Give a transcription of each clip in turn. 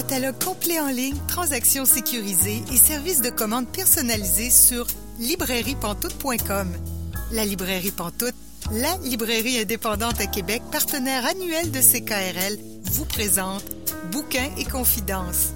catalogue complet en ligne, transactions sécurisées et services de commande personnalisés sur librairiepantoute.com. La Librairie Pantoute, la librairie indépendante à Québec, partenaire annuel de CKRL, vous présente Bouquins et Confidences.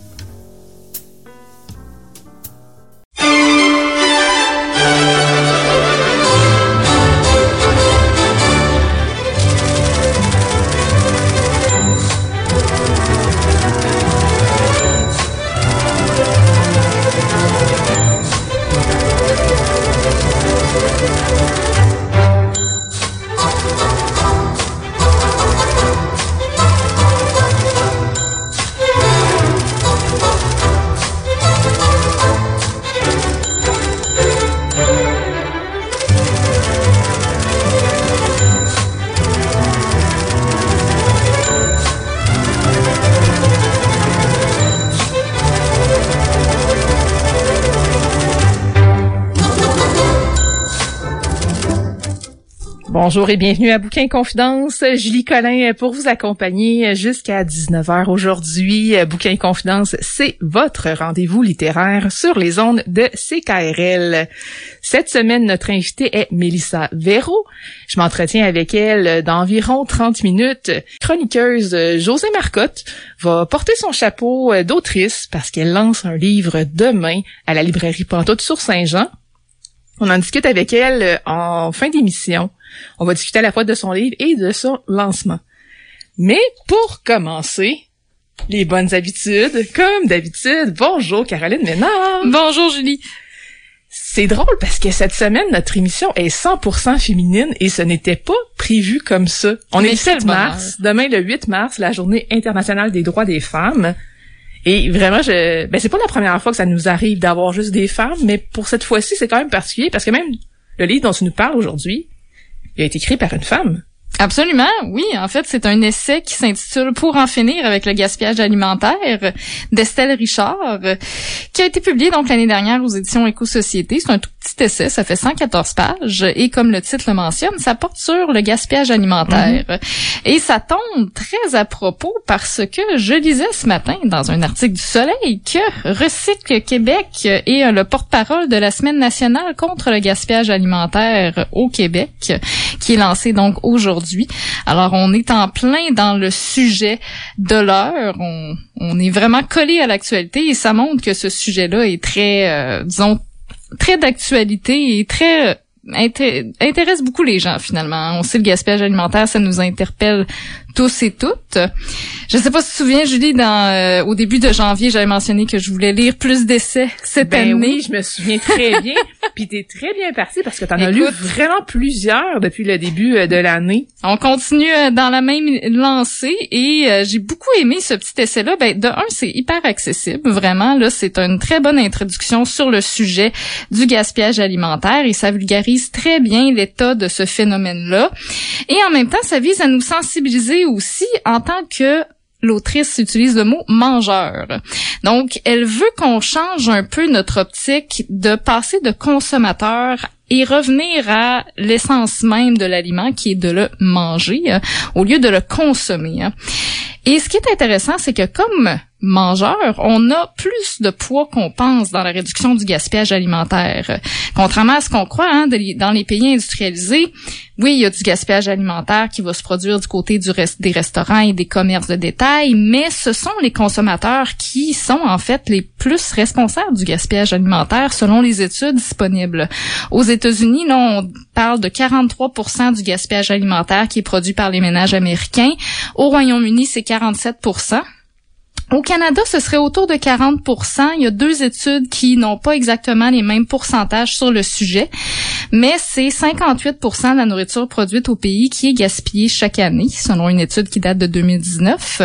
Bonjour et bienvenue à Bouquins Confidences. Julie Collin pour vous accompagner jusqu'à 19h aujourd'hui. Bouquins Confidences, c'est votre rendez-vous littéraire sur les ondes de CKRL. Cette semaine, notre invitée est Mélissa Véraud. Je m'entretiens avec elle d'environ 30 minutes. Chroniqueuse Josée Marcotte va porter son chapeau d'autrice parce qu'elle lance un livre demain à la librairie Pantoute sur Saint-Jean. On en discute avec elle en fin d'émission. On va discuter à la fois de son livre et de son lancement. Mais pour commencer, les bonnes habitudes, comme d'habitude, bonjour Caroline Ménard. Bonjour Julie. C'est drôle parce que cette semaine, notre émission est 100% féminine et ce n'était pas prévu comme ça. On est le 7 mars, demain le 8 mars, la journée internationale des droits des femmes. Et vraiment, c'est pas la première fois que ça nous arrive d'avoir juste des femmes, mais pour cette fois-ci, c'est quand même particulier parce que même le livre dont tu nous parles aujourd'hui, il a été écrit par une femme. Absolument, oui. En fait, c'est un essai qui s'intitule « Pour en finir avec le gaspillage alimentaire » d'Estelle Richard, qui a été publié donc l'année dernière aux éditions Éco-Société. C'est un tout petit essai, ça fait 114 pages, et comme le titre le mentionne, ça porte sur le gaspillage alimentaire. Et ça tombe très à propos parce que je lisais ce matin dans un article du Soleil que Recycle Québec est le porte-parole de la Semaine nationale contre le gaspillage alimentaire au Québec, qui est lancée donc aujourd'hui. Alors, on est en plein dans le sujet de l'heure. On est vraiment collé à l'actualité et ça montre que ce sujet-là est très, très d'actualité et très intéresse beaucoup les gens, finalement. On sait le gaspillage alimentaire, ça nous interpelle tous et toutes. Je sais pas si tu te souviens, Julie, au début de janvier, j'avais mentionné que je voulais lire plus d'essais cette année. Oui, je me souviens très bien. Puis t'es très bien partie parce que t'en as lu vraiment plusieurs depuis le début de l'année. On continue dans la même lancée et j'ai beaucoup aimé ce petit essai-là. De un, c'est hyper accessible, vraiment. Là, c'est une très bonne introduction sur le sujet du gaspillage alimentaire et ça vulgarise très bien l'état de ce phénomène-là. Et en même temps, ça vise à nous sensibiliser aussi en tant que l'autrice utilise le mot mangeur. Donc, elle veut qu'on change un peu notre optique de passer de consommateur et revenir à l'essence même de l'aliment qui est de le manger au lieu de le consommer. Et ce qui est intéressant, c'est que comme mangeur, on a plus de poids qu'on pense dans la réduction du gaspillage alimentaire. Contrairement à ce qu'on croit, dans les pays industrialisés, oui, il y a du gaspillage alimentaire qui va se produire du côté des restaurants et des commerces de détail, mais ce sont les consommateurs qui sont en fait les plus responsables du gaspillage alimentaire selon les études disponibles. Aux États-Unis, là, on parle de 43% du gaspillage alimentaire qui est produit par les ménages américains. Au Royaume-Uni, c'est 47%. Au Canada, ce serait autour de 40%. Il y a deux études qui n'ont pas exactement les mêmes pourcentages sur le sujet, mais c'est 58% de la nourriture produite au pays qui est gaspillée chaque année, selon une étude qui date de 2019.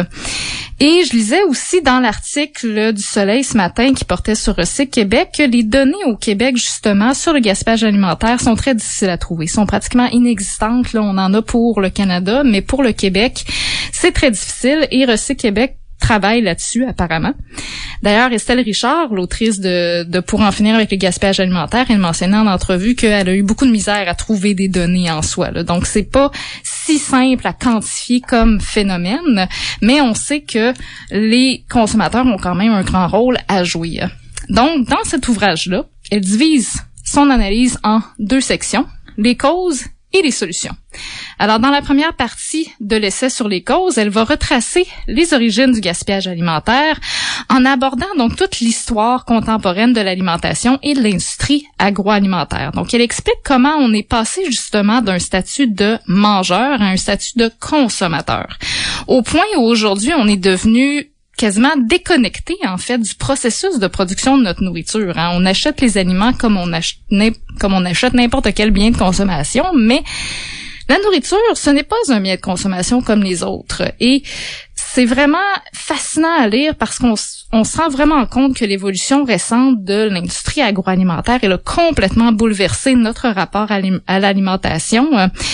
Et je lisais aussi dans l'article du Soleil ce matin qui portait sur Recycle Québec que les données au Québec, justement, sur le gaspillage alimentaire sont très difficiles à trouver, sont pratiquement inexistantes. Là, on en a pour le Canada, mais pour le Québec, c'est très difficile. Et Recycle Québec travaille là-dessus, apparemment. D'ailleurs, Estelle Richard, l'autrice de Pour en finir avec le gaspillage alimentaire, elle mentionnait en entrevue qu'elle a eu beaucoup de misère à trouver des données en soi, là. Donc, c'est pas si simple à quantifier comme phénomène, mais on sait que les consommateurs ont quand même un grand rôle à jouer. Donc, dans cet ouvrage-là, elle divise son analyse en 2 sections, les causes et les solutions. Alors, dans la première partie de l'essai sur les causes, elle va retracer les origines du gaspillage alimentaire en abordant donc toute l'histoire contemporaine de l'alimentation et de l'industrie agroalimentaire. Donc, elle explique comment on est passé justement d'un statut de mangeur à un statut de consommateur. Au point où aujourd'hui, on est devenu quasiment déconnecté, en fait, du processus de production de notre nourriture. Hein. On achète les aliments comme on achète n'importe quel bien de consommation, mais la nourriture, ce n'est pas un bien de consommation comme les autres. Et c'est vraiment fascinant à lire parce qu'on se rend vraiment compte que l'évolution récente de l'industrie agroalimentaire, elle a complètement bouleversé notre rapport à l'alimentation.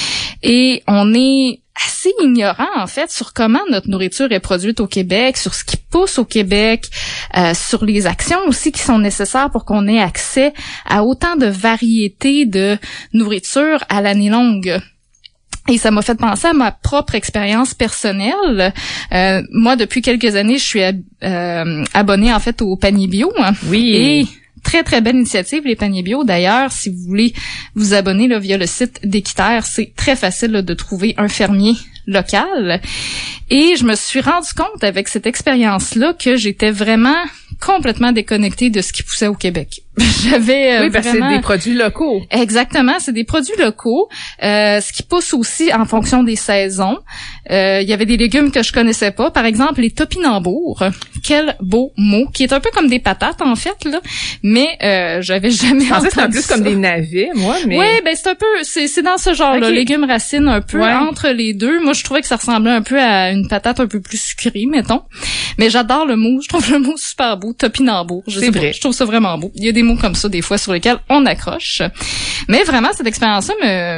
Et on est assez ignorant, en fait, sur comment notre nourriture est produite au Québec, sur ce qui pousse au Québec, sur les actions aussi qui sont nécessaires pour qu'on ait accès à autant de variétés de nourriture à l'année longue. Et ça m'a fait penser à ma propre expérience personnelle. Moi, depuis quelques années, je suis abonnée, en fait, au panier bio. Oui. Et très, très belle initiative, les paniers bio. D'ailleurs, si vous voulez vous abonner là, via le site d'Équiterre, c'est très facile là, de trouver un fermier local. Et je me suis rendu compte avec cette expérience-là que j'étais vraiment complètement déconnectée de ce qui poussait au Québec. J'avais oui, parce que c'est des produits locaux. Exactement, c'est des produits locaux. Ce qui pousse aussi en fonction des saisons. Il y avait des légumes que je connaissais pas, par exemple les topinambours. Quel beau mot, qui est un peu comme des patates en fait là, mais j'avais jamais entendu ça. C'est un peu comme des navets, moi, mais oui, ben c'est un peu c'est dans ce genre-là, légumes racines un peu entre les deux. Moi, je trouvais que ça ressemblait un peu à une patate un peu plus sucrée, mettons. Mais j'adore le mot, je trouve le mot super beau, topinambour. C'est vrai. Je trouve ça vraiment beau. Il y a des mots comme ça des fois sur lesquels on accroche. Mais vraiment cette expérience-là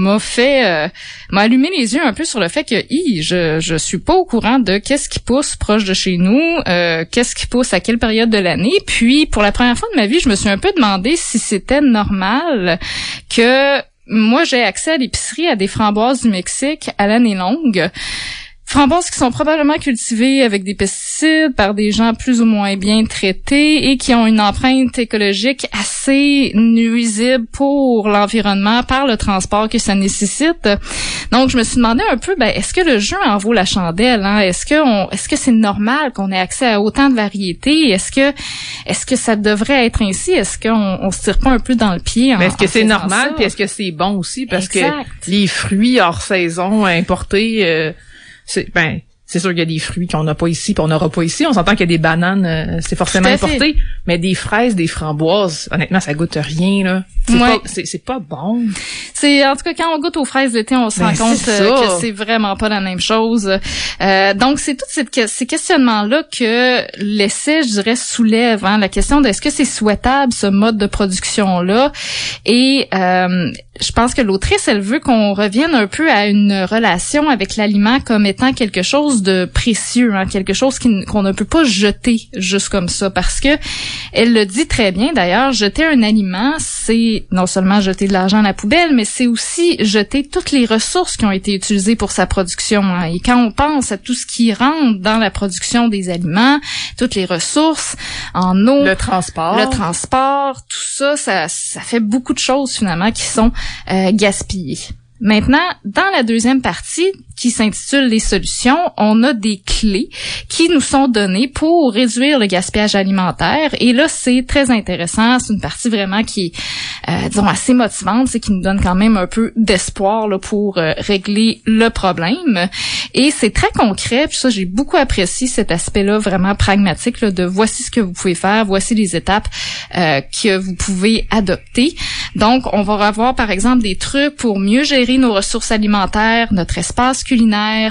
m'a allumé les yeux un peu sur le fait que je suis pas au courant de qu'est-ce qui pousse proche de chez nous, qu'est-ce qui pousse à quelle période de l'année. Puis pour la première fois de ma vie, je me suis un peu demandé si c'était normal que moi j'ai accès à l'épicerie à des framboises du Mexique à l'année longue. Framboises qui sont probablement cultivées avec des pesticides par des gens plus ou moins bien traités et qui ont une empreinte écologique assez nuisible pour l'environnement par le transport que ça nécessite. Donc, je me suis demandé un peu, est-ce que le jeu en vaut la chandelle, hein? Est-ce que c'est normal qu'on ait accès à autant de variétés? Est-ce que ça devrait être ainsi? Est-ce qu'on se tire pas un peu dans le pied en est-ce que c'est normal? Ça? Puis est-ce que c'est bon aussi? Parce exact. Que les fruits hors saison importés, c'est sûr qu'il y a des fruits qu'on n'a pas ici, puis on n'aura pas ici. On s'entend qu'il y a des bananes, c'est forcément importé, mais des fraises, des framboises, honnêtement, ça goûte rien là. C'est pas bon. C'est en tout cas quand on goûte aux fraises l'été, on se rend compte que c'est vraiment pas la même chose. Donc c'est tous ces questionnements-là que l'essai, je dirais, soulève. Hein, la question de est-ce que c'est souhaitable ce mode de production-là. Et je pense que l'autrice, elle veut qu'on revienne un peu à une relation avec l'aliment comme étant quelque chose de précieux, hein, quelque chose qu'on ne peut pas jeter juste comme ça, parce que elle le dit très bien d'ailleurs, jeter un aliment, c'est non seulement jeter de l'argent à la poubelle, mais c'est aussi jeter toutes les ressources qui ont été utilisées pour sa production. Hein. Et quand on pense à tout ce qui rentre dans la production des aliments, toutes les ressources en eau, le transport, tout ça, ça fait beaucoup de choses finalement qui sont gaspillées. Maintenant, dans la deuxième partie, qui s'intitule « Les solutions », on a des clés qui nous sont données pour réduire le gaspillage alimentaire. Et là, c'est très intéressant. C'est une partie vraiment qui est, disons, assez motivante, c'est qui nous donne quand même un peu d'espoir là, pour régler le problème. Et c'est très concret. Puis ça, j'ai beaucoup apprécié cet aspect-là vraiment pragmatique là, de voici ce que vous pouvez faire, voici les étapes que vous pouvez adopter. Donc, on va revoir, par exemple, des trucs pour mieux gérer nos ressources alimentaires, notre espace culinaire,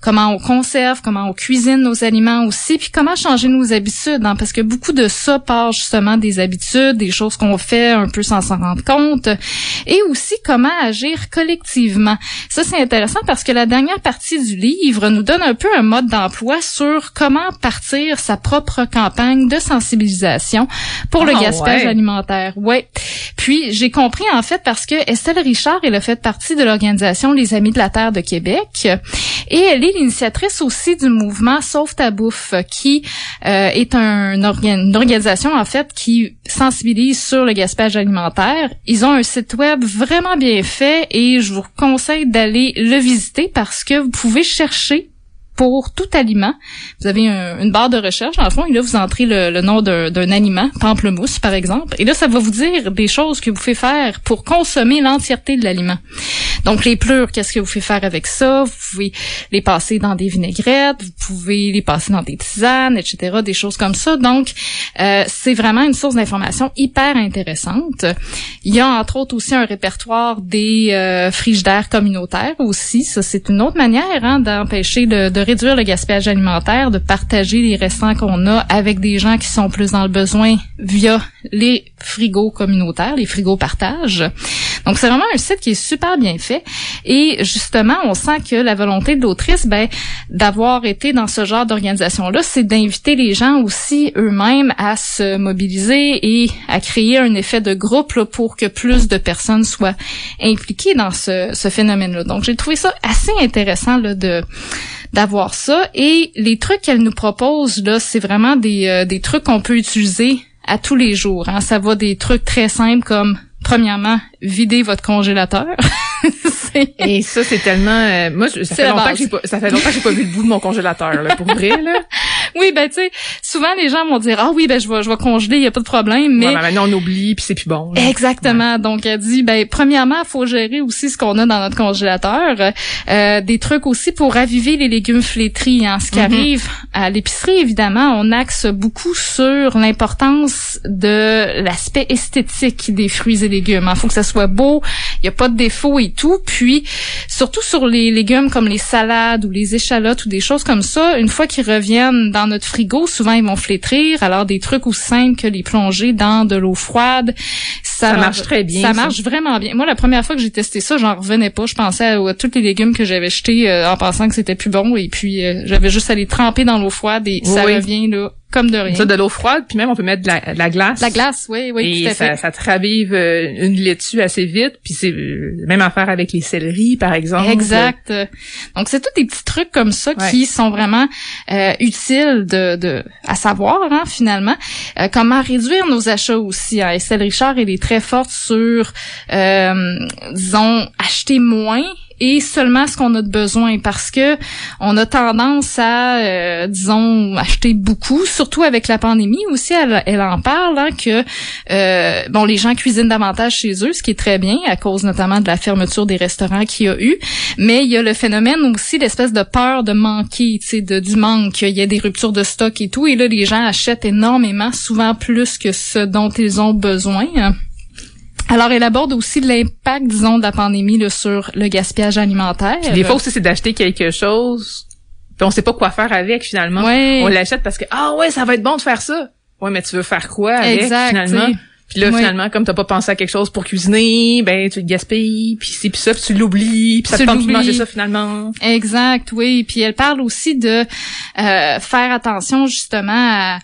comment on conserve, comment on cuisine nos aliments aussi, puis comment changer nos habitudes, hein, parce que beaucoup de ça part justement des habitudes, des choses qu'on fait un peu sans s'en rendre compte, et aussi comment agir collectivement. Ça, c'est intéressant parce que la dernière partie du livre nous donne un peu un mode d'emploi sur comment partir sa propre campagne de sensibilisation pour le gaspillage alimentaire. Ouais. Puis, j'ai compris, en fait, parce que Estelle Richard, elle a fait partie de l'organisation Les Amis de la Terre de Québec, et elle est l'initiatrice aussi du mouvement Sauve ta bouffe, qui est une organisation, en fait, qui sensibilise sur le gaspillage alimentaire. Ils ont un site web vraiment bien fait et je vous conseille d'aller le visiter parce que vous pouvez chercher pour tout aliment. Vous avez une barre de recherche, dans le fond, et là, vous entrez le nom d'un aliment, pamplemousse, par exemple, et là, ça va vous dire des choses que vous pouvez faire pour consommer l'entièreté de l'aliment. Donc, les plures, qu'est-ce que vous pouvez faire avec ça? Vous pouvez les passer dans des vinaigrettes, vous pouvez les passer dans des tisanes, etc., des choses comme ça. Donc, c'est vraiment une source d'information hyper intéressante. Il y a, entre autres, aussi un répertoire des frigidaires communautaires aussi. Ça, c'est une autre manière, hein, d'empêcher de réduire le gaspillage alimentaire, de partager les restants qu'on a avec des gens qui sont plus dans le besoin via les frigos communautaires, les frigos partage. Donc, c'est vraiment un site qui est super bien fait. Et justement, on sent que la volonté de l'autrice, d'avoir été dans ce genre d'organisation-là, c'est d'inviter les gens aussi eux-mêmes à se mobiliser et à créer un effet de groupe là, pour que plus de personnes soient impliquées dans ce phénomène-là. Donc, j'ai trouvé ça assez intéressant là, d'avoir ça. Et les trucs qu'elle nous propose, là, c'est vraiment des trucs qu'on peut utiliser à tous les jours. Hein. Ça va des trucs très simples comme, premièrement, vider votre congélateur. Et ça, c'est tellement... moi, ça fait longtemps que j'ai pas vu le bout de mon congélateur, là, pour vrai, là. Oui, tu sais, souvent les gens vont dire je vais congeler, il y a pas de problème, mais maintenant on oublie puis c'est plus bon. Là. Exactement. Ouais. Donc elle dit premièrement, il faut gérer aussi ce qu'on a dans notre congélateur, des trucs aussi pour raviver les légumes flétris, hein, ce qui arrive à l'épicerie évidemment, on axe beaucoup sur l'importance de l'aspect esthétique des fruits et légumes. Il faut que ça soit beau, il y a pas de défaut et tout, puis surtout sur les légumes comme les salades ou les échalotes ou des choses comme ça, une fois qu'ils reviennent dans notre frigo, souvent ils vont flétrir. Alors des trucs aussi simples que les plonger dans de l'eau froide, ça marche très bien. Ça marche vraiment bien. Moi, la première fois que j'ai testé ça, j'en revenais pas. Je pensais à tous les légumes que j'avais jetés en pensant que c'était plus bon, et puis j'avais juste à les tremper dans l'eau froide et ça revient là comme de rien. Ça, de l'eau froide, puis même on peut mettre de la glace. La glace, oui, et tout à fait. Ça te ravive une laitue assez vite, puis c'est même affaire avec les céleris, par exemple. Exact. Donc c'est tous des petits trucs comme ça qui sont vraiment utiles à savoir, hein, finalement. Comment réduire nos achats aussi. Hein. Estelle Richard, elle est très forte sur, disons, acheter moins et seulement ce qu'on a de besoin, parce que on a tendance à, disons, acheter beaucoup, surtout avec la pandémie aussi, elle en parle, hein, que les gens cuisinent davantage chez eux, ce qui est très bien, à cause notamment de la fermeture des restaurants qu'il y a eu, mais il y a le phénomène aussi d'espèce de peur de manquer, tu sais, du manque, il y a des ruptures de stock et tout, et là, les gens achètent énormément, souvent plus que ce dont ils ont besoin, hein. Alors, elle aborde aussi l'impact, disons, de la pandémie là, sur le gaspillage alimentaire. Puis des fois aussi, c'est d'acheter quelque chose, puis on sait pas quoi faire avec, finalement. Ouais. On l'achète parce que, ça va être bon de faire ça. Ouais, mais tu veux faire quoi avec, finalement? Puis là, finalement, comme t'as pas pensé à quelque chose pour cuisiner, tu le gaspilles, puis c'est puis ça, puis tu l'oublies, puis ça te tente de manger ça, finalement. Exact, oui. Puis elle parle aussi de faire attention, justement,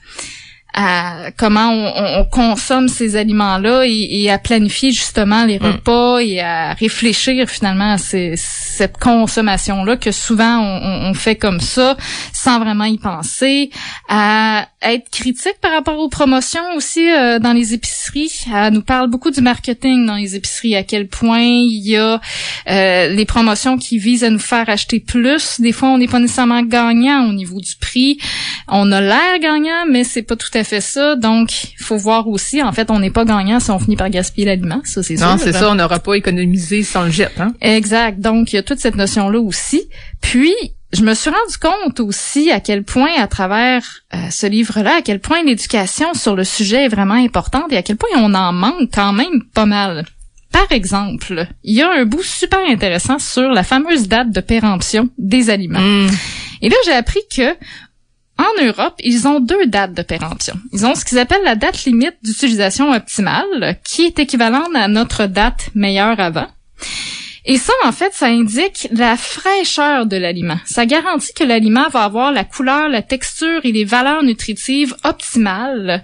à comment on consomme ces aliments-là et à planifier justement les repas et à réfléchir finalement à cette consommation-là que souvent on fait comme ça sans vraiment y penser, à être critique par rapport aux promotions aussi dans les épiceries. Elle nous parle beaucoup du marketing dans les épiceries, à quel point il y a les promotions qui visent à nous faire acheter plus. Des fois, on n'est pas nécessairement gagnant au niveau du prix. On a l'air gagnant, mais c'est pas tout à fait ça. Donc, il faut voir aussi, en fait, on n'est pas gagnant si on finit par gaspiller l'aliment. Ça, c'est sûr. Non, c'est ça, on n'aura pas économisé si on le jette, hein. Exact. Donc, il y a toute cette notion-là aussi. Puis, je me suis rendu compte aussi à quel point, à travers ce livre-là, à quel point l'éducation sur le sujet est vraiment importante et à quel point on en manque quand même pas mal. Par exemple, il y a un bout super intéressant sur la fameuse date de péremption des aliments. Et là, j'ai appris que en Europe, ils ont 2 dates de péremption. Ils ont ce qu'ils appellent la date limite d'utilisation optimale, qui est équivalente à notre date meilleure avant. Et ça, en fait, ça indique la fraîcheur de l'aliment. Ça garantit que l'aliment va avoir la couleur, la texture et les valeurs nutritives optimales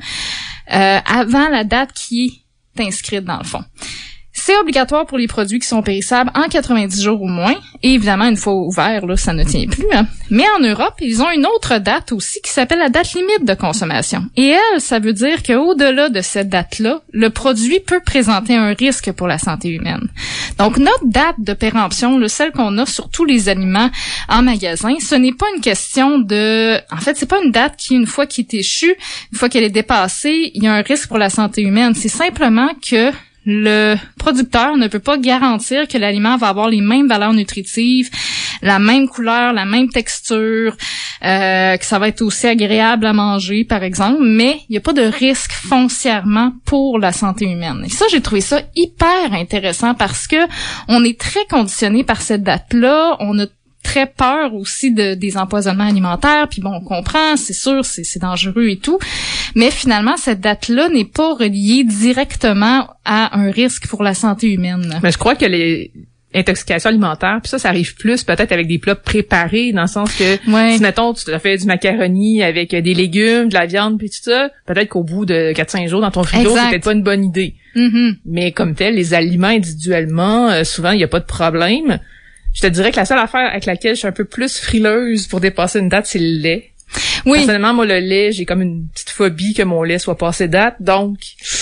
avant la date qui est inscrite dans le fond. C'est obligatoire pour les produits qui sont périssables en 90 jours au moins. Et évidemment, une fois ouvert, là, ça ne tient plus. Hein. Mais en Europe, ils ont une autre date aussi qui s'appelle la date limite de consommation. Et elle, ça veut dire qu'au-delà de cette date-là, le produit peut présenter un risque pour la santé humaine. Donc, notre date de péremption, là, celle qu'on a sur tous les aliments en magasin, ce n'est pas une question de... En fait, c'est pas une date qui, une fois qu'elle est échue, une fois qu'elle est dépassée, il y a un risque pour la santé humaine. C'est simplement que le producteur ne peut pas garantir que l'aliment va avoir les mêmes valeurs nutritives, la même couleur, la même texture, que ça va être aussi agréable à manger, par exemple, mais il n'y a pas de risque foncièrement pour la santé humaine. Et ça, j'ai trouvé ça hyper intéressant parce que on est très conditionné par cette date-là, on a très peur aussi des empoisonnements alimentaires, puis bon, on comprend, c'est sûr, c'est dangereux et tout, mais finalement, cette date-là n'est pas reliée directement à un risque pour la santé humaine. Mais je crois que les intoxications alimentaires, puis ça arrive plus peut-être avec des plats préparés, dans le sens que si, mettons, tu te fais du macaroni avec des légumes, de la viande, puis tout ça, peut-être qu'au bout de 4-5 jours dans ton frigo, c'est peut-être pas une bonne idée. Mais comme tel, les aliments individuellement, souvent, il n'y a pas de problème. Je te dirais que la seule affaire avec laquelle je suis un peu plus frileuse pour dépasser une date, c'est le lait. Oui. Personnellement, moi, le lait, j'ai comme une petite phobie que mon lait soit passé date. Donc,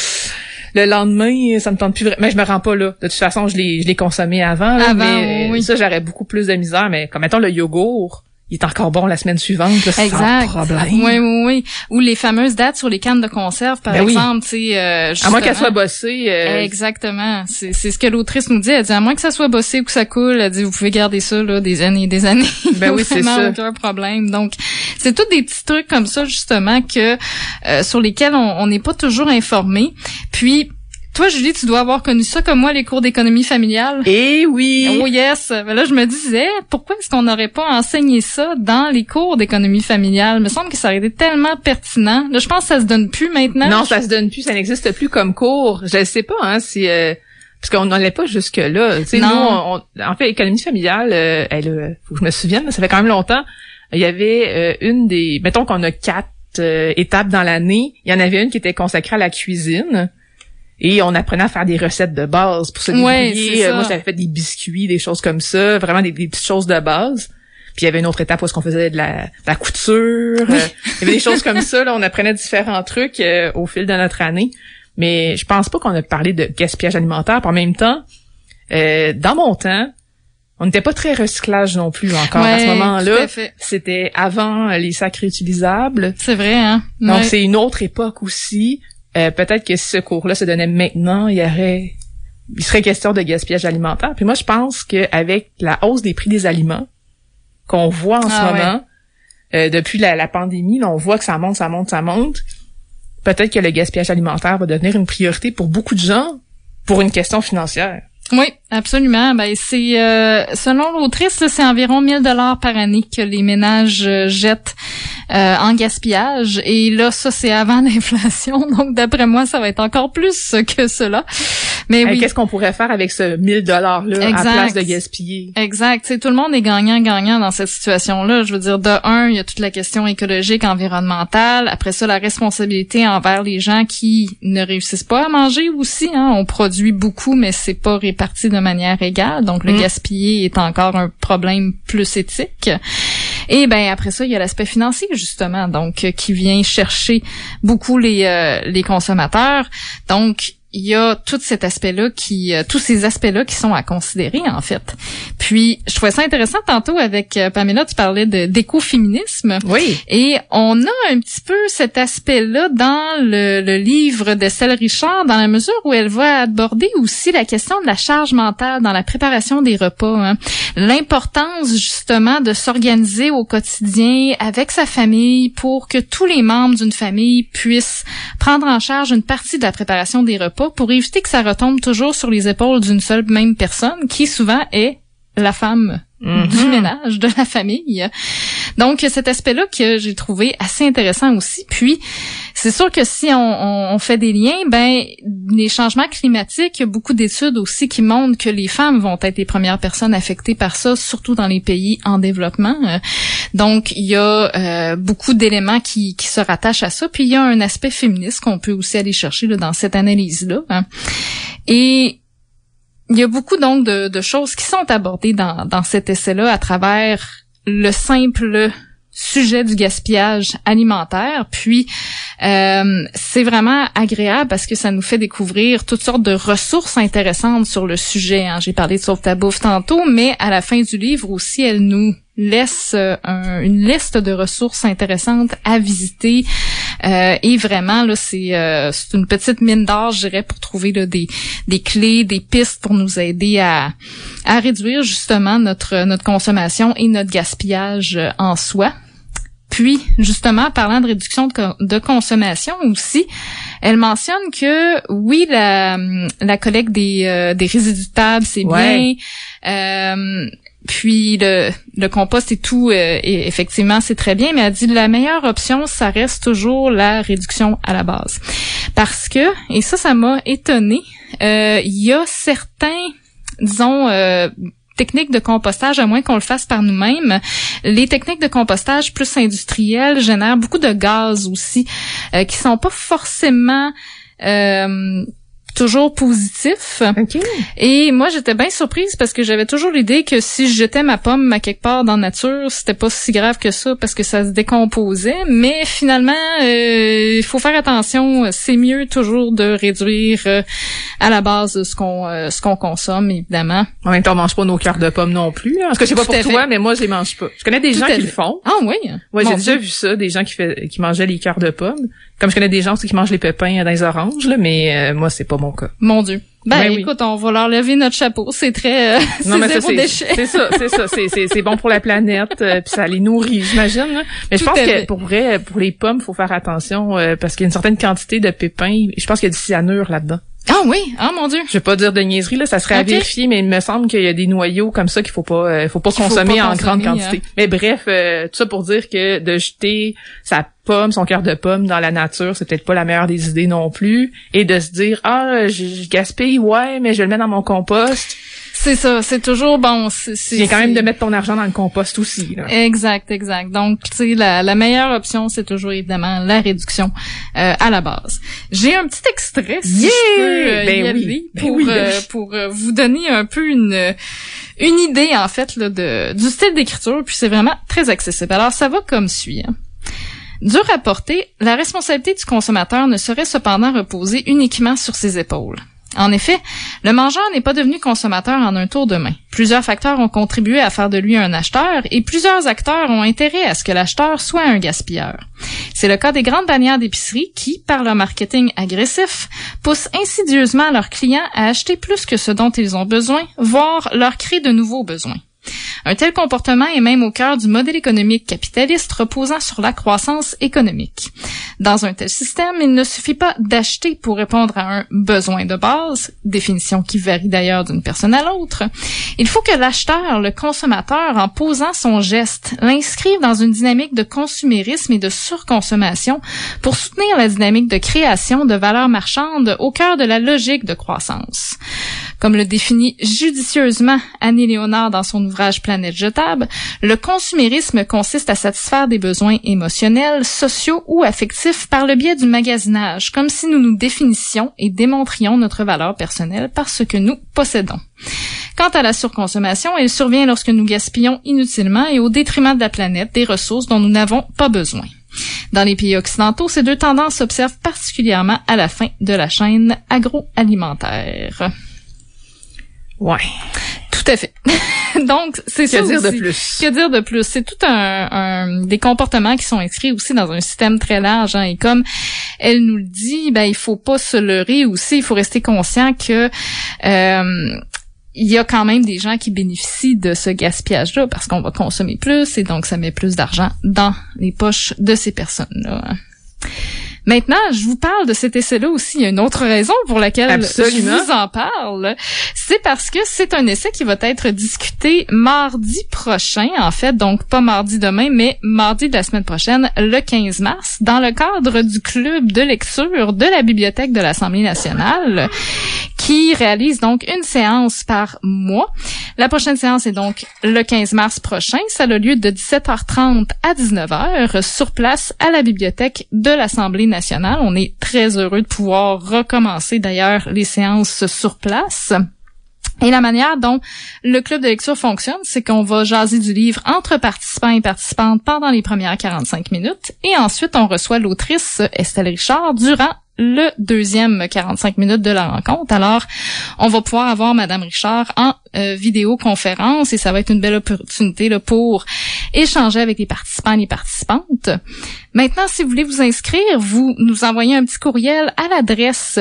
le lendemain, ça me tente plus vraiment. Mais je me rends pas là. De toute façon, je l'ai consommé avant. Là, mais ça, j'aurais beaucoup plus de misère. Mais comme mettons le yogourt, il est encore bon la semaine suivante, là, sans problème. Oui. Ou les fameuses dates sur les cannes de conserve, par exemple, tu sais, à moins qu'elle soit bossée. Exactement. C'est ce que l'autrice nous dit. Elle dit, à moins que ça soit bossé ou que ça coule, elle dit, vous pouvez garder ça, là, des années et des années. Ben oui, c'est ça. Aucun problème. Donc, c'est tous des petits trucs comme ça, justement, que, sur lesquels on n'est pas toujours informé. Puis, toi, Julie, tu dois avoir connu ça comme moi, les cours d'économie familiale. Eh oui! Oh yes! Ben là, je me disais, pourquoi est-ce qu'on n'aurait pas enseigné ça dans les cours d'économie familiale? Il me semble que ça aurait été tellement pertinent. Là, je pense que ça se donne plus maintenant. Non, ça se donne plus, ça n'existe plus comme cours. Je ne sais pas, hein, si... parce qu'on n'en allait pas jusque-là. Tu sais, nous, en fait, économie familiale, faut que je me souvienne, ça fait quand même longtemps. Il y avait mettons qu'on a 4 étapes dans l'année. Il y en avait une qui était consacrée à la cuisine. Et on apprenait à faire des recettes de base pour se débrouiller. Moi, j'avais fait des biscuits, des choses comme ça, vraiment des petites choses de base. Puis il y avait une autre étape où est-ce qu'on faisait de la couture. Il y avait des choses comme ça. Là, on apprenait différents trucs au fil de notre année. Mais je pense pas qu'on a parlé de gaspillage alimentaire. Puis en même temps, dans mon temps, on n'était pas très recyclage non plus encore à ce moment-là. C'était avant les sacs réutilisables. C'est vrai, hein? Donc c'est une autre époque aussi. Peut-être que si ce cours-là se donnait maintenant, il serait question de gaspillage alimentaire. Puis moi, je pense qu'avec la hausse des prix des aliments qu'on voit en ce moment, depuis la pandémie, là, on voit que ça monte. Peut-être que le gaspillage alimentaire va devenir une priorité pour beaucoup de gens pour une question financière. Oui, absolument. Ben c'est selon l'autrice, là, c'est environ 1 000 $ par année que les ménages jettent en gaspillage. Et là, ça c'est avant l'inflation. Donc d'après moi, ça va être encore plus que cela. Mais oui. Qu'est-ce qu'on pourrait faire avec ce 1 000 $ là à place de gaspiller? Exact. Tu sais, tout le monde est gagnant dans cette situation-là. Je veux dire, de un, il y a toute la question écologique, environnementale. Après ça, la responsabilité envers les gens qui ne réussissent pas à manger aussi. Hein. On produit beaucoup, mais c'est pas réparti de manière égale. Donc, le gaspiller est encore un problème plus éthique. Et ben après ça, il y a l'aspect financier justement, donc qui vient chercher beaucoup les consommateurs. Donc il y a tout cet aspect-là tous ces aspects-là qui sont à considérer, en fait. Puis, je trouvais ça intéressant tantôt avec Pamela, tu parlais d'écoféminisme. Oui. Et on a un petit peu cet aspect-là dans le livre d'Estelle Richard, dans la mesure où elle va aborder aussi la question de la charge mentale dans la préparation des repas, hein. L'importance, justement, de s'organiser au quotidien avec sa famille pour que tous les membres d'une famille puissent prendre en charge une partie de la préparation des repas repas pour éviter que ça retombe toujours sur les épaules d'une seule même personne, qui souvent est la femme du ménage, de la famille. Donc, cet aspect-là que j'ai trouvé assez intéressant aussi. Puis, c'est sûr que si on fait des liens, les changements climatiques, il y a beaucoup d'études aussi qui montrent que les femmes vont être les premières personnes affectées par ça, surtout dans les pays en développement. Donc, il y a beaucoup d'éléments qui se rattachent à ça. Puis, il y a un aspect féministe qu'on peut aussi aller chercher là, dans cette analyse-là. Et il y a beaucoup donc de choses qui sont abordées dans cet essai-là à travers le simple sujet du gaspillage alimentaire. Puis c'est vraiment agréable parce que ça nous fait découvrir toutes sortes de ressources intéressantes sur le sujet. J'ai parlé de Sauve ta bouffe tantôt, mais à la fin du livre aussi, elle nous laisse une liste de ressources intéressantes à visiter. Et vraiment, là, c'est une petite mine d'or, je dirais, pour trouver là, des clés, des pistes pour nous aider à réduire justement notre consommation et notre gaspillage en soi. Puis, justement, parlant de réduction de consommation aussi, elle mentionne que, oui, la collecte des résidus de table, c'est bien. Puis le compost et tout, et effectivement, c'est très bien, mais elle dit la meilleure option, ça reste toujours la réduction à la base. Parce que, et ça m'a étonnée, il y a certains, disons, techniques de compostage, à moins qu'on le fasse par nous-mêmes. Les techniques de compostage plus industrielles génèrent beaucoup de gaz aussi, qui sont pas forcément toujours positif. Okay. Et moi, j'étais bien surprise parce que j'avais toujours l'idée que si je jetais ma pomme à quelque part dans la nature, c'était pas si grave que ça parce que ça se décomposait. Mais finalement, il faut faire attention. C'est mieux toujours de réduire à la base ce qu'on consomme, évidemment. En même temps, on mange pas nos cœurs de pommes non plus. Parce que je sais pas pour toi, mais moi, je les mange pas. Je connais des gens qui le font. Ah oui? Ouais, j'ai déjà vu ça, des gens qui mangeaient les cœurs de pommes. Comme je connais des gens aussi qui mangent les pépins dans les oranges, là, mais moi, c'est pas mon cas. Mon Dieu. Écoute, on va leur lever notre chapeau. C'est très non, mais zéro déchet. C'est ça. C'est bon pour la planète, puis ça les nourrit, j'imagine. Là. Mais je pense que pour vrai, pour les pommes, faut faire attention parce qu'il y a une certaine quantité de pépins. Je pense qu'il y a du cyanure là-dedans. Ah oui, mon Dieu. Je vais pas dire de niaiserie là, ça serait à vérifier, mais il me semble qu'il y a des noyaux comme ça qu'il faut pas consommer en grande quantité. Mais bref, tout ça pour dire que de jeter sa pomme, son cœur de pomme dans la nature, c'est peut-être pas la meilleure des idées non plus, et de se dire je gaspille, ouais, mais je vais le mettre dans mon compost. C'est ça, c'est toujours bon. C'est quand même de mettre ton argent dans le compost aussi. Là. Exact. Donc, tu sais, la meilleure option, c'est toujours évidemment la réduction à la base. J'ai un petit extrait, si je peux y aller, pour vous donner un peu une idée, en fait, là, du style d'écriture, puis c'est vraiment très accessible. Alors, ça va comme suit. Dur à porter, la responsabilité du consommateur ne saurait cependant reposer uniquement sur ses épaules. En effet, le mangeur n'est pas devenu consommateur en un tour de main. Plusieurs facteurs ont contribué à faire de lui un acheteur et plusieurs acteurs ont intérêt à ce que l'acheteur soit un gaspilleur. C'est le cas des grandes bannières d'épicerie qui, par leur marketing agressif, poussent insidieusement leurs clients à acheter plus que ce dont ils ont besoin, voire leur créent de nouveaux besoins. Un tel comportement est même au cœur du modèle économique capitaliste reposant sur la croissance économique. Dans un tel système, il ne suffit pas d'acheter pour répondre à un besoin de base, définition qui varie d'ailleurs d'une personne à l'autre. Il faut que l'acheteur, le consommateur, en posant son geste, l'inscrive dans une dynamique de consumérisme et de surconsommation pour soutenir la dynamique de création de valeurs marchandes au cœur de la logique de croissance. Comme le définit judicieusement Annie Léonard dans son ouvrage Planète jetable, le consumérisme consiste à satisfaire des besoins émotionnels, sociaux ou affectifs par le biais du magasinage, comme si nous nous définissions et démontrions notre valeur personnelle par ce que nous possédons. Quant à la surconsommation, elle survient lorsque nous gaspillons inutilement et au détriment de la planète des ressources dont nous n'avons pas besoin. Dans les pays occidentaux, ces deux tendances s'observent particulièrement à la fin de la chaîne agroalimentaire. Ouais. Tout à fait. Donc, c'est ça aussi. Que dire de plus? Que dire de plus? C'est tout des comportements qui sont inscrits aussi dans un système très large, et comme elle nous le dit, il faut pas se leurrer aussi, il faut rester conscient que il y a quand même des gens qui bénéficient de ce gaspillage-là parce qu'on va consommer plus et donc ça met plus d'argent dans les poches de ces personnes-là. Maintenant, je vous parle de cet essai-là aussi. Il y a une autre raison pour laquelle Absolument. je vous en parle. C'est parce que c'est un essai qui va être discuté mardi prochain, en fait. Donc, pas mardi demain, mais mardi de la semaine prochaine, le 15 mars, dans le cadre du club de lecture de la Bibliothèque de l'Assemblée nationale, qui réalise donc une séance par mois. La prochaine séance est donc le 15 mars prochain. Ça a lieu de 17h30 à 19h sur place à la Bibliothèque de l'Assemblée nationale. On est très heureux de pouvoir recommencer d'ailleurs les séances sur place. Et la manière dont le club de lecture fonctionne, c'est qu'on va jaser du livre entre participants et participantes pendant les premières 45 minutes. Et ensuite, on reçoit l'autrice Estelle Richard durant le deuxième 45 minutes de la rencontre. Alors, on va pouvoir avoir Madame Richard en vidéoconférence et ça va être une belle opportunité là, pour échanger avec les participants et les participantes. Maintenant, si vous voulez vous inscrire, vous nous envoyez un petit courriel à l'adresse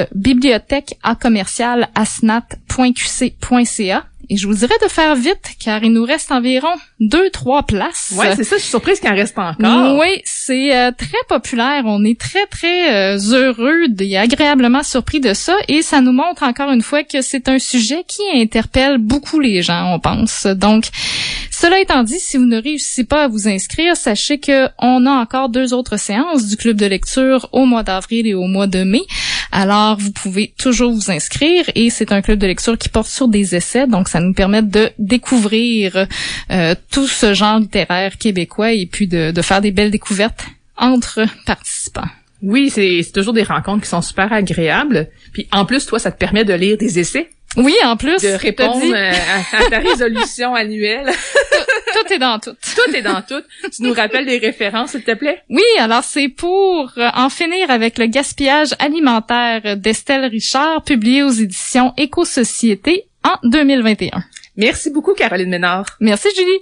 bibliothèque@commercial.asnat.qc.ca. Et je vous dirais de faire vite, car il nous reste environ 2-3 places. Ouais, c'est ça, je suis surprise qu'il en reste encore. Oui, c'est très populaire. On est très, très heureux et agréablement surpris de ça. Et ça nous montre encore une fois que c'est un sujet qui interpelle beaucoup les gens, on pense. Donc, cela étant dit, si vous ne réussissez pas à vous inscrire, sachez que on a encore 2 autres séances du club de lecture au mois d'avril et au mois de mai. Alors, vous pouvez toujours vous inscrire et c'est un club de lecture qui porte sur des essais, donc ça nous permet de découvrir tout ce genre littéraire québécois et puis de faire des belles découvertes entre participants. Oui, c'est toujours des rencontres qui sont super agréables. Puis en plus, toi, ça te permet de lire des essais. Oui, en plus. De répondre à ta résolution annuelle. Tout est dans tout. Tout est dans tout. Tu nous rappelles les références, s'il te plaît? Oui, alors c'est pour en finir avec le gaspillage alimentaire d'Estelle Richard, publié aux éditions Éco-Société en 2021. Merci beaucoup, Caroline Ménard. Merci, Julie.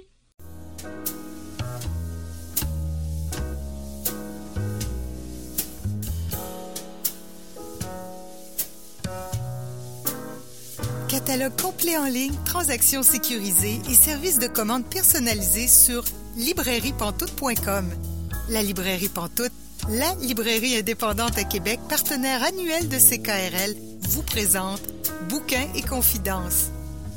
Catalogue complet en ligne, transactions sécurisées et services de commande personnalisés sur librairiepantoute.com. La Librairie Pantoute, la librairie indépendante à Québec, partenaire annuel de CKRL, vous présente Bouquins et confidences.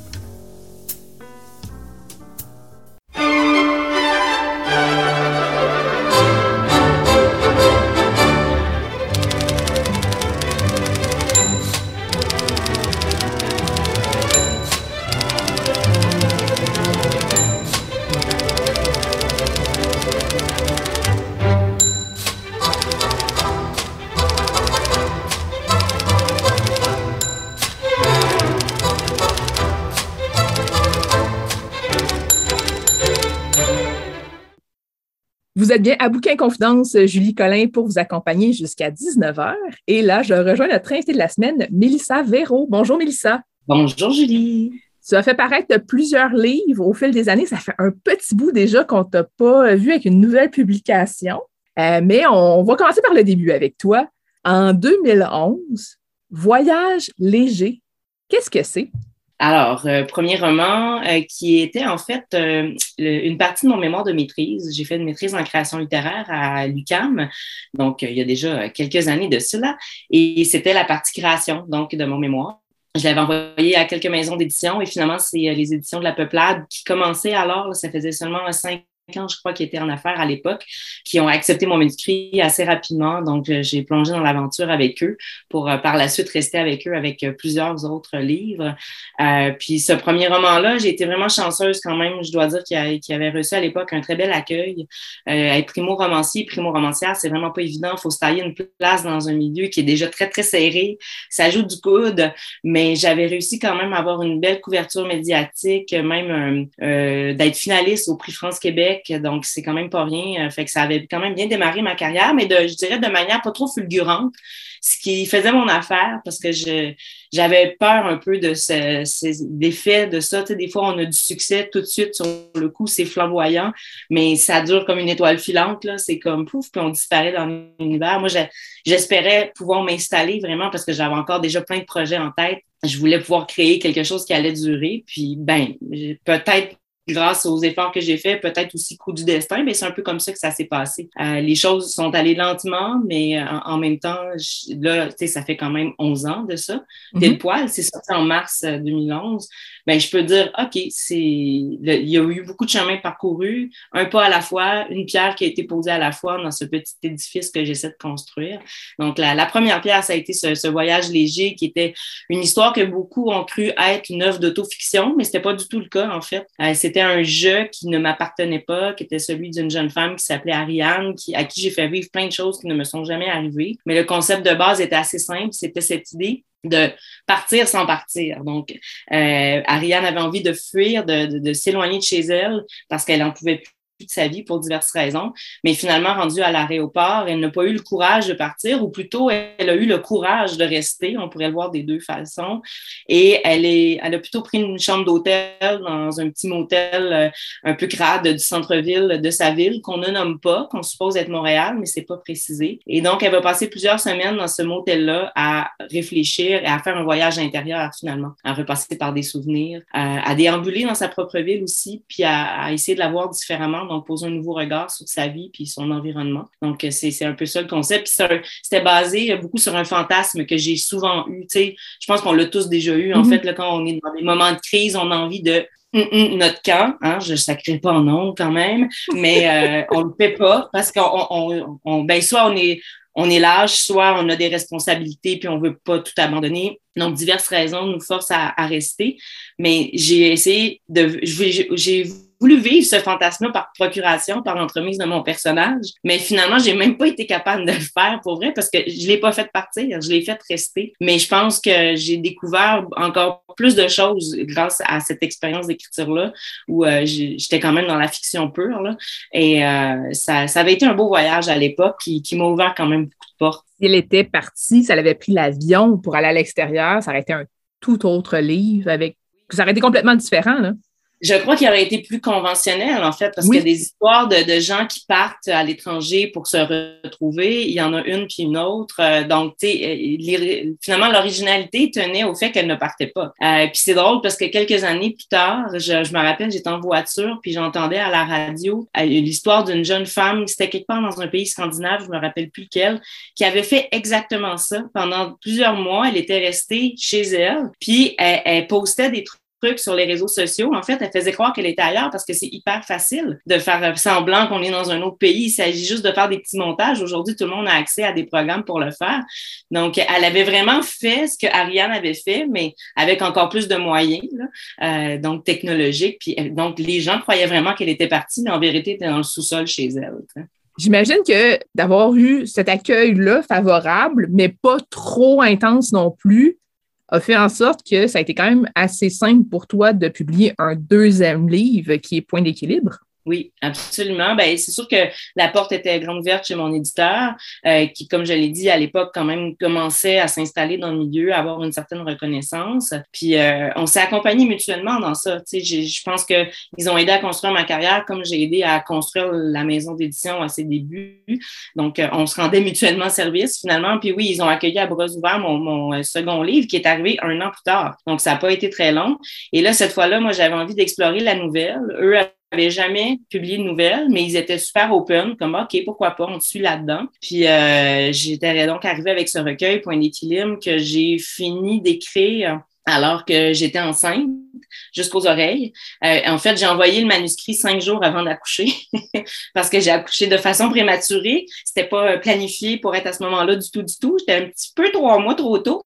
Vous êtes bien à Bouquins Confidence, Julie Collin, pour vous accompagner jusqu'à 19h. Et là, je rejoins notre invitée de la semaine, Mélissa Véraud. Bonjour, Mélissa. Bonjour, Julie. Tu as fait paraître plusieurs livres au fil des années. Ça fait un petit bout déjà qu'on ne t'a pas vu avec une nouvelle publication. Mais on va commencer par le début avec toi. En 2011, Voyage léger. Qu'est-ce que c'est? Alors, premier roman qui était en fait une partie de mon mémoire de maîtrise. J'ai fait une maîtrise en création littéraire à l'UQAM, donc il y a déjà quelques années de cela, et c'était la partie création donc de mon mémoire. Je l'avais envoyé à quelques maisons d'édition et finalement, c'est les éditions de la Peuplade qui commençaient alors, là, ça faisait seulement 5 ans, je crois, qui étaient en affaires à l'époque, qui ont accepté mon manuscrit assez rapidement. Donc, j'ai plongé dans l'aventure avec eux pour par la suite rester avec eux avec plusieurs autres livres. Puis ce premier roman-là, j'ai été vraiment chanceuse quand même. Je dois dire qu'il avait reçu à l'époque un très bel accueil. Être primo-romancier, primo-romancière, c'est vraiment pas évident. Il faut se tailler une place dans un milieu qui est déjà très, très serré. Ça joue du coude, mais j'avais réussi quand même à avoir une belle couverture médiatique, même d'être finaliste au Prix France-Québec. Donc, c'est quand même pas rien. Fait que ça avait quand même bien démarré ma carrière, mais je dirais de manière pas trop fulgurante, ce qui faisait mon affaire parce que j'avais peur un peu de l'effet de ça. Tu sais, des fois, on a du succès tout de suite sur le coup, c'est flamboyant, mais ça dure comme une étoile filante, là. C'est comme pouf, puis on disparaît dans l'univers. Moi, j'espérais pouvoir m'installer vraiment parce que j'avais encore déjà plein de projets en tête. Je voulais pouvoir créer quelque chose qui allait durer, puis peut-être grâce aux efforts que j'ai faits, peut-être aussi coup du destin, mais c'est un peu comme ça que ça s'est passé. Les choses sont allées lentement, mais en même temps, là, tu sais, ça fait quand même 11 ans de ça, pile poil. C'est sorti en mars 2011. Ben, je peux dire, OK, il y a eu beaucoup de chemin parcouru, un pas à la fois, une pierre qui a été posée à la fois dans ce petit édifice que j'essaie de construire. Donc, la première pierre, ça a été ce voyage léger qui était une histoire que beaucoup ont cru être une œuvre d'autofiction, mais c'était pas du tout le cas, en fait. C'était un jeu qui ne m'appartenait pas, qui était celui d'une jeune femme qui s'appelait Ariane, à qui j'ai fait vivre plein de choses qui ne me sont jamais arrivées. Mais le concept de base était assez simple, c'était cette idée de partir sans partir. Donc, Ariane avait envie de fuir, de s'éloigner de chez elle parce qu'elle en pouvait plus de sa vie pour diverses raisons. Mais finalement, rendue à l'aéroport, elle n'a pas eu le courage de partir, ou plutôt, elle a eu le courage de rester. On pourrait le voir des deux façons. Et elle a plutôt pris une chambre d'hôtel dans un petit motel un peu crade du centre-ville de sa ville, qu'on ne nomme pas, qu'on suppose être Montréal, mais c'est pas précisé. Et donc, elle va passer plusieurs semaines dans ce motel-là à réfléchir et à faire un voyage intérieur, finalement, à repasser par des souvenirs, à déambuler dans sa propre ville aussi, puis à essayer de la voir différemment, donc poser un nouveau regard sur sa vie puis son environnement. Donc, c'est un peu ça le concept. Puis c'était basé beaucoup sur un fantasme que j'ai souvent eu. Tu sais, je pense qu'on l'a tous déjà eu. En fait, là, quand on est dans des moments de crise, on a envie de notre camp, hein, je ne sacrerai pas en nom quand même, mais on le fait pas parce ben, soit on est lâche, soit on a des responsabilités puis on veut pas tout abandonner. Donc, diverses raisons nous forcent à rester. Mais j'ai essayé j'ai voulu vivre ce fantasme-là par procuration, par l'entremise de mon personnage. Mais finalement, j'ai même pas été capable de le faire pour vrai parce que je l'ai pas fait partir, je l'ai fait rester. Mais je pense que j'ai découvert encore plus de choses grâce à cette expérience d'écriture-là où j'étais quand même dans la fiction pure, là. Et ça avait été un beau voyage à l'époque qui m'a ouvert quand même beaucoup de portes. Si elle était partie, si elle avait pris l'avion pour aller à l'extérieur, ça aurait été un tout autre livre ça aurait été complètement différent, là. Je crois qu'il aurait été plus conventionnel, en fait, parce que des histoires de gens qui partent à l'étranger pour se retrouver, il y en a une puis une autre. Donc, tu sais, finalement, l'originalité tenait au fait qu'elle ne partait pas. Puis c'est drôle parce que quelques années plus tard, je me rappelle, j'étais en voiture puis j'entendais à la radio l'histoire d'une jeune femme, c'était quelque part dans un pays scandinave, je me rappelle plus lequel, qui avait fait exactement ça. Pendant plusieurs mois, elle était restée chez elle, puis elle postait des trucs sur les réseaux sociaux. En fait, elle faisait croire qu'elle était ailleurs parce que c'est hyper facile de faire semblant qu'on est dans un autre pays. Il s'agit juste de faire des petits montages. Aujourd'hui, tout le monde a accès à des programmes pour le faire. Donc, elle avait vraiment fait ce que Ariane avait fait, mais avec encore plus de moyens, là, donc technologiques. Puis, donc, les gens croyaient vraiment qu'elle était partie, mais en vérité, elle était dans le sous-sol chez elle. T'sais. J'imagine que d'avoir eu cet accueil-là favorable, mais pas trop intense non plus, a fait en sorte que ça a été quand même assez simple pour toi de publier un deuxième livre qui est Point d'équilibre. Oui, absolument. Ben, c'est sûr que la porte était grande ouverte chez mon éditeur, qui, comme je l'ai dit, à l'époque, quand même, commençait à s'installer dans le milieu, à avoir une certaine reconnaissance. Puis, on s'est accompagnés mutuellement dans ça. Tu sais, je pense que ils ont aidé à construire ma carrière, comme j'ai aidé à construire la maison d'édition à ses débuts. Donc, on se rendait mutuellement service, finalement. Puis oui, ils ont accueilli à bras ouverts mon second livre, qui est arrivé 1 an plus tard. Donc, ça n'a pas été très long. Et là, cette fois-là, moi, j'avais envie d'explorer la nouvelle. Eux n'avaient jamais publié de nouvelles, mais ils étaient super open, comme OK, pourquoi pas, on te suit là-dedans. Puis j'étais donc arrivée avec ce recueil, Point d'équilibre, que j'ai fini d'écrire alors que j'étais enceinte jusqu'aux oreilles. En fait, j'ai envoyé le manuscrit 5 jours avant d'accoucher parce que j'ai accouché de façon prématurée. C'était pas planifié pour être à ce moment-là du tout. J'étais un petit peu 3 mois trop tôt.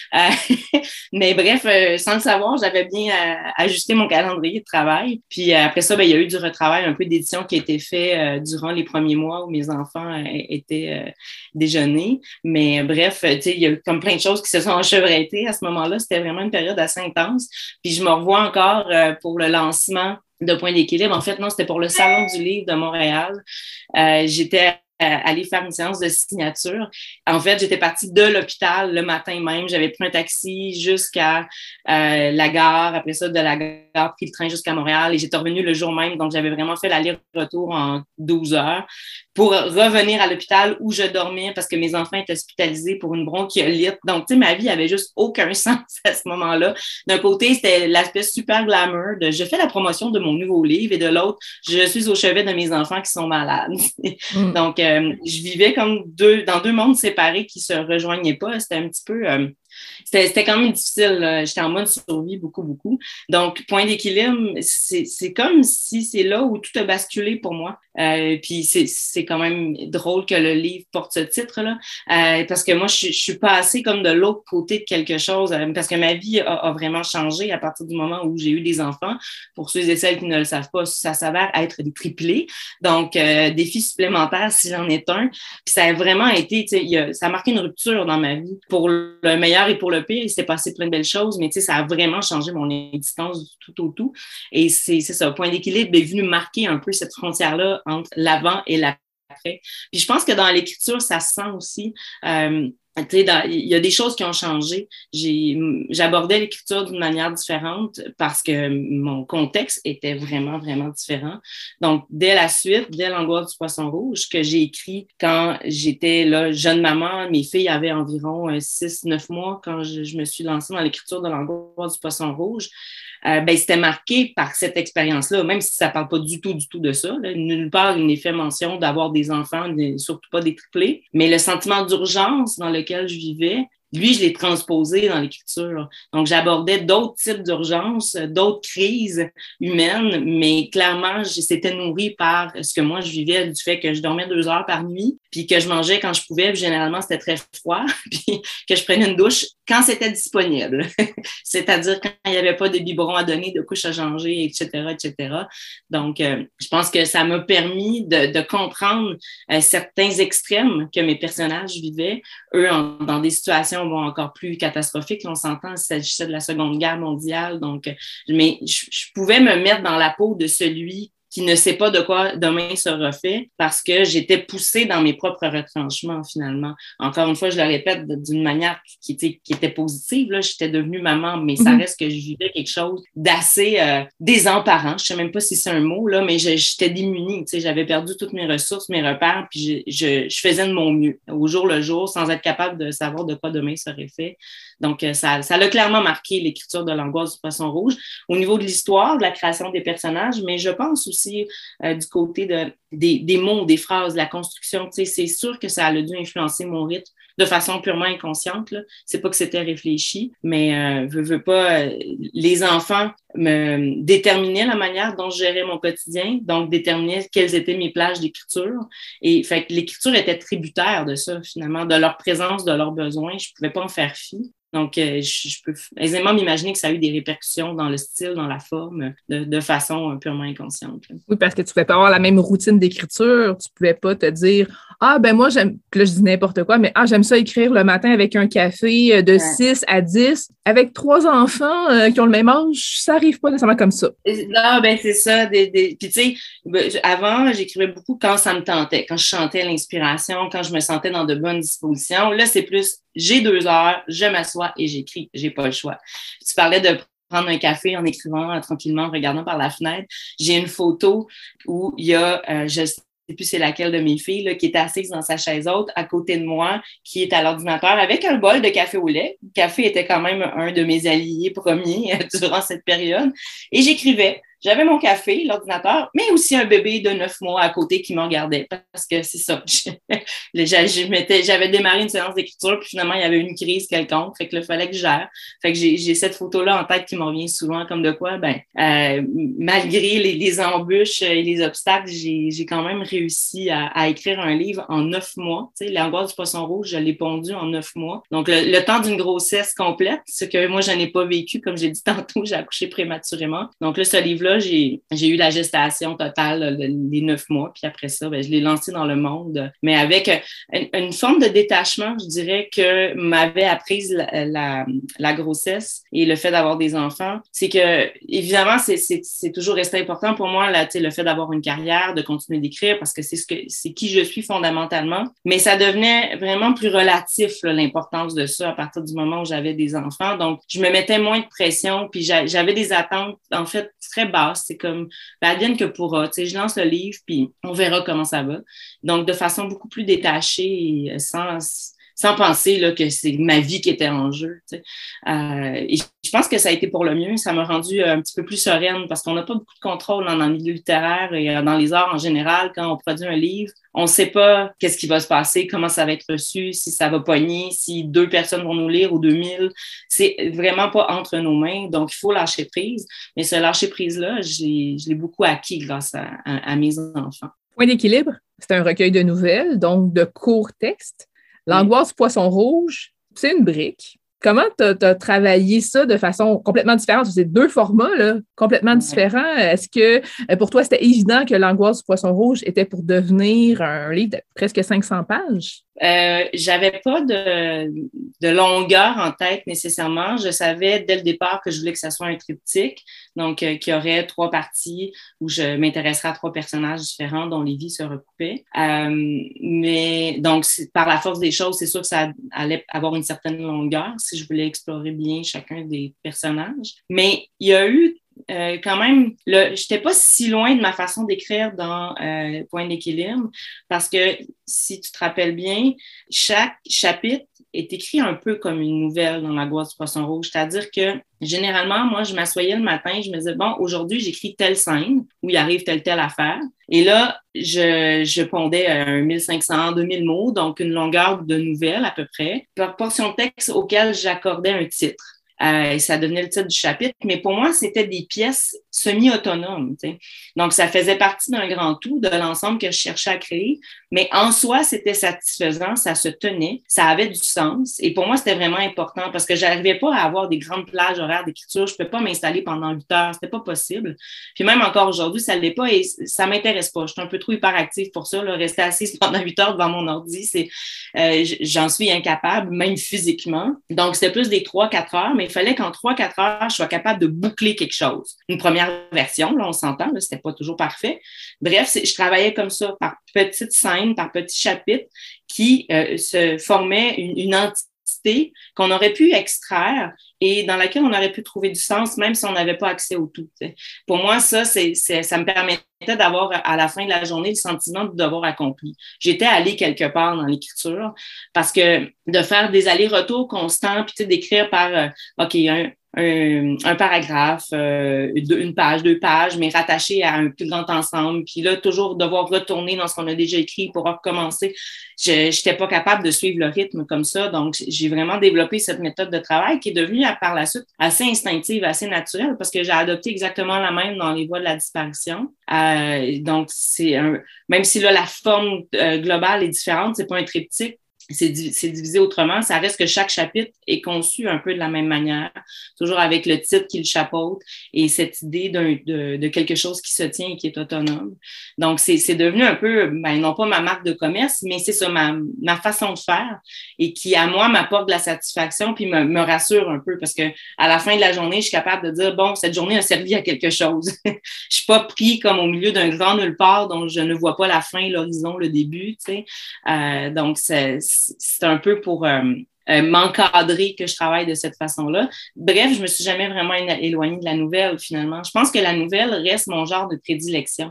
Mais bref, sans le savoir, j'avais bien ajusté mon calendrier de travail. Puis après ça, ben, il y a eu du retravail un peu d'édition qui a été fait durant les premiers mois où mes enfants étaient déjeunés. Mais bref, tu sais, il y a eu comme plein de choses qui se sont enchevêtrées à ce moment-là. C'était vraiment une période assez intense. Puis je me revois encore pour le lancement de Point d'équilibre. En fait, non, c'était pour le Salon du livre de Montréal. J'étais aller faire une séance de signature. En fait, j'étais partie de l'hôpital le matin même. J'avais pris un taxi jusqu'à la gare. Après ça, de la gare, pris le train jusqu'à Montréal et j'étais revenue le jour même. Donc, j'avais vraiment fait l'aller-retour en 12 heures pour revenir à l'hôpital où je dormais parce que mes enfants étaient hospitalisés pour une bronchiolite. Donc, tu sais, ma vie avait juste aucun sens à ce moment-là. D'un côté, c'était l'aspect super glamour de je fais la promotion de mon nouveau livre et de l'autre, je suis au chevet de mes enfants qui sont malades. Donc, je vivais comme dans deux mondes séparés qui se rejoignaient pas. C'était un petit peu... C'était quand même difficile. Là. J'étais en mode survie beaucoup. Donc, point d'équilibre, c'est comme si c'est là où tout a basculé pour moi. Puis c'est quand même drôle que le livre porte ce titre-là. Parce que moi, je suis passée comme de l'autre côté de quelque chose. Parce que ma vie a vraiment changé à partir du moment où j'ai eu des enfants. Pour ceux et celles qui ne le savent pas, ça s'avère être des triplés. Donc, défi supplémentaire si j'en ai un. Puis ça a vraiment été, ça a marqué une rupture dans ma vie. Pour le meilleur et pour le pire, il s'est passé plein de belles choses, mais ça a vraiment changé mon existence du tout au tout. Et c'est ça, point d'équilibre est venu marquer un peu cette frontière-là entre l'avant et l'après. Puis je pense que dans l'écriture, ça se sent aussi. Il y a des choses qui ont changé. J'abordais l'écriture d'une manière différente parce que mon contexte était vraiment différent. Donc, dès la suite, dès l'angoisse du poisson rouge, que j'ai écrit quand j'étais là, jeune maman, mes filles avaient environ 6-9 mois quand je me suis lancée dans l'écriture de l'angoisse du poisson rouge. C'était marqué par cette expérience-là, même si ça ne parle pas du tout de ça. Là. Nulle part, il n'est fait mention d'avoir des enfants, surtout pas des triplés. Mais le sentiment d'urgence dans lequel je vivais, lui, je l'ai transposé dans l'écriture. Donc, j'abordais d'autres types d'urgences, d'autres crises humaines, mais clairement, c'était nourri par ce que moi, je vivais du fait que je dormais 2 heures par nuit, puis que je mangeais quand je pouvais, puis généralement, c'était très froid, puis que je prenais une douche quand c'était disponible. C'est-à-dire quand il n'y avait pas de biberon à donner, de couches à changer, etc. Donc, je pense que ça m'a permis de comprendre certains extrêmes que mes personnages vivaient, eux, dans des situations encore plus catastrophiques. On s'entend, il s'agissait de la Seconde Guerre mondiale. Donc, mais je pouvais me mettre dans la peau de celui qui ne sait pas de quoi demain sera fait parce que j'étais poussée dans mes propres retranchements, finalement. Encore une fois, je le répète d'une manière qui était positive. Là, j'étais devenue maman, mais ça reste que je vivais quelque chose d'assez désemparant. Je sais même pas si c'est un mot, là, mais j'étais démunie. J'avais perdu toutes mes ressources, mes repères, puis je faisais de mon mieux au jour le jour sans être capable de savoir de quoi demain serait fait. Donc, ça a clairement marqué l'écriture de l'angoisse du poisson rouge au niveau de l'histoire, de la création des personnages, mais je pense aussi du côté des mots, des phrases, la construction. C'est sûr que ça a dû influencer mon rythme de façon purement inconsciente. Là. C'est pas que c'était réfléchi, mais veux pas, les enfants me déterminaient la manière dont je gérais mon quotidien, donc déterminaient quelles étaient mes plages d'écriture. Et fait que l'écriture était tributaire de ça, finalement, de leur présence, de leurs besoins. Je pouvais pas en faire fi. Donc, je peux aisément m'imaginer que ça a eu des répercussions dans le style, dans la forme, de façon purement inconsciente. Oui, parce que tu ne pouvais pas avoir la même routine d'écriture. Tu ne pouvais pas te dire « Ah, ben moi, j'aime... » Là, je dis n'importe quoi, mais « Ah, j'aime ça écrire le matin avec un café de 6 à 10. » Avec 3 enfants qui ont le même âge, ça n'arrive pas nécessairement comme ça. Non, ben c'est ça. Puis tu sais, avant, j'écrivais beaucoup quand ça me tentait, quand je sentais l'inspiration, quand je me sentais dans de bonnes dispositions. Là, c'est plus j'ai 2 heures, je m'assois et j'écris. J'ai pas le choix. Tu parlais de prendre un café en écrivant tranquillement, en regardant par la fenêtre. J'ai une photo où il y a, je sais plus c'est laquelle de mes filles, là, qui est assise dans sa chaise haute à côté de moi, qui est à l'ordinateur avec un bol de café au lait. Le café était quand même un de mes alliés premiers durant cette période. Et j'écrivais. J'avais mon café, l'ordinateur, mais aussi un bébé de 9 mois à côté qui me regardait parce que c'est ça. J'avais démarré une séance d'écriture, puis finalement, il y avait une crise quelconque. Fait que là, il fallait que je gère. Fait que j'ai cette photo-là en tête qui me revient souvent comme de quoi, malgré les embûches et les obstacles, j'ai quand même réussi à écrire un livre en 9 mois. Tu sais, l'angoisse du poisson rouge, je l'ai pondu en 9 mois. Donc, le temps d'une grossesse complète, ce que moi, je n'ai pas vécu. Comme j'ai dit tantôt, j'ai accouché prématurément. Donc là, ce livre livre-là, j'ai eu la gestation totale, les 9 mois, puis après ça, je l'ai lancé dans le monde, mais avec une forme de détachement, je dirais, que m'avait apprise la grossesse et le fait d'avoir des enfants. C'est que, évidemment, c'est toujours resté important pour moi, là, le fait d'avoir une carrière, de continuer d'écrire, parce que c'est qui je suis fondamentalement, mais ça devenait vraiment plus relatif, là, l'importance de ça à partir du moment où j'avais des enfants. Donc, je me mettais moins de pression, puis j'avais des attentes, en fait, très basses. C'est comme, advienne que pourra. Tu sais, je lance le livre, puis on verra comment ça va. Donc, de façon beaucoup plus détachée et sans penser là, que c'est ma vie qui était en jeu. Tu sais. Et je pense que ça a été pour le mieux. Ça m'a rendu un petit peu plus sereine parce qu'on n'a pas beaucoup de contrôle dans le milieu littéraire et dans les arts en général. Quand on produit un livre, on ne sait pas qu'est-ce qui va se passer, comment ça va être reçu, si ça va pogner, si 2 personnes vont nous lire ou 2000. C'est vraiment pas entre nos mains. Donc, il faut lâcher prise. Mais ce lâcher prise-là, je l'ai beaucoup acquis grâce à mes enfants. Point d'équilibre, c'est un recueil de nouvelles, donc de courts textes. L'angoisse du poisson rouge, c'est une brique. Comment tu as travaillé ça de façon complètement différente? C'est 2 formats là, complètement différents. Est-ce que pour toi, c'était évident que l'angoisse du poisson rouge était pour devenir un livre de presque 500 pages? J'avais pas de longueur en tête nécessairement. Je savais dès le départ que je voulais que ça soit un triptyque, donc qu'il y aurait 3 parties où je m'intéresserais à 3 personnages différents dont les vies se recoupaient. Mais donc, par la force des choses, c'est sûr que ça allait avoir une certaine longueur si je voulais explorer bien chacun des personnages. Mais il y a eu quand même, j'étais pas si loin de ma façon d'écrire dans Point d'équilibre, parce que si tu te rappelles bien, chaque chapitre est écrit un peu comme une nouvelle dans l'angoisse du poisson rouge. C'est-à-dire que généralement, moi, je m'assoyais le matin, je me disais, bon, aujourd'hui, j'écris telle scène où il arrive telle affaire. Et là, je pondais 1500, 2000 mots, donc une longueur de nouvelle à peu près, par portion de texte auquel j'accordais un titre. Et ça devenait le titre du chapitre. Mais pour moi, c'était des pièces semi-autonomes. Tu sais. Donc, ça faisait partie d'un grand tout, de l'ensemble que je cherchais à créer. Mais en soi, c'était satisfaisant, ça se tenait, ça avait du sens. Et pour moi, c'était vraiment important parce que j'arrivais pas à avoir des grandes plages horaires d'écriture. Je ne peux pas m'installer pendant 8 heures. C'était pas possible. Puis même encore aujourd'hui, ça ne l'est pas et ça m'intéresse pas. Je suis un peu trop hyperactive pour ça. Là. Rester assise pendant 8 heures devant mon ordi, j'en suis incapable, même physiquement. Donc, c'était plus des 3-4 heures, mais il fallait qu'en 3-4 heures, je sois capable de boucler quelque chose. Une première version, là, on s'entend, là, c'était pas toujours parfait. Bref, je travaillais comme ça, par petites scènes, par petits chapitres qui se formaient une entité qu'on aurait pu extraire et dans laquelle on aurait pu trouver du sens, même si on n'avait pas accès au tout. T'sais. Pour moi, ça me permettait d'avoir, à la fin de la journée, le sentiment de devoir accompli. J'étais allée quelque part dans l'écriture parce que de faire des allers-retours constants, puis d'écrire par, OK, un paragraphe, une page, 2 pages, mais rattaché à un plus grand ensemble. Puis là, toujours devoir retourner dans ce qu'on a déjà écrit pour recommencer. Je n'étais pas capable de suivre le rythme comme ça. Donc, j'ai vraiment développé cette méthode de travail qui est devenue par la suite assez instinctive, assez naturelle, parce que j'ai adopté exactement la même dans Les Voies de la disparition. Donc, même si là, la forme globale est différente, c'est pas un triptyque, c'est divisé autrement. Ça reste que chaque chapitre est conçu un peu de la même manière, toujours avec le titre qui le chapeaute et cette idée de quelque chose qui se tient et qui est autonome. Donc, c'est devenu un peu, non pas ma marque de commerce, mais c'est ça, ma façon de faire et qui, à moi, m'apporte de la satisfaction puis me rassure un peu parce que à la fin de la journée, je suis capable de dire, bon, cette journée a servi à quelque chose. Je suis pas pris comme au milieu d'un grand nulle part dont je ne vois pas la fin, l'horizon, le début, tu sais. Donc, c'est un peu pour m'encadrer que je travaille de cette façon-là. Bref, je me suis jamais vraiment éloignée de la nouvelle, finalement. Je pense que la nouvelle reste mon genre de prédilection.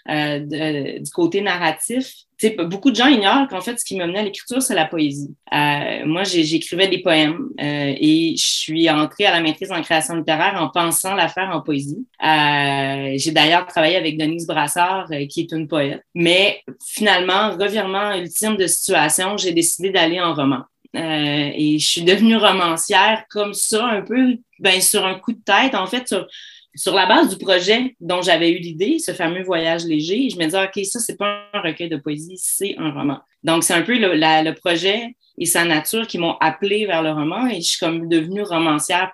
Du côté narratif, tu sais, beaucoup de gens ignorent qu'en fait, ce qui m'a mené à l'écriture, c'est la poésie. Moi, j'écrivais des poèmes et je suis entrée à la maîtrise en création littéraire en pensant la faire en poésie. J'ai d'ailleurs travaillé avec Denise Brassard, qui est une poète. Mais finalement, revirement ultime de situation, j'ai décidé d'aller en roman. Et je suis devenue romancière comme ça, un peu sur un coup de tête, en fait, sur la base du projet dont j'avais eu l'idée, ce fameux voyage léger. Je me disais, OK, ça, c'est pas un recueil de poésie, c'est un roman. Donc, c'est un peu le projet et sa nature qui m'ont appelée vers le roman et je suis comme devenue romancière par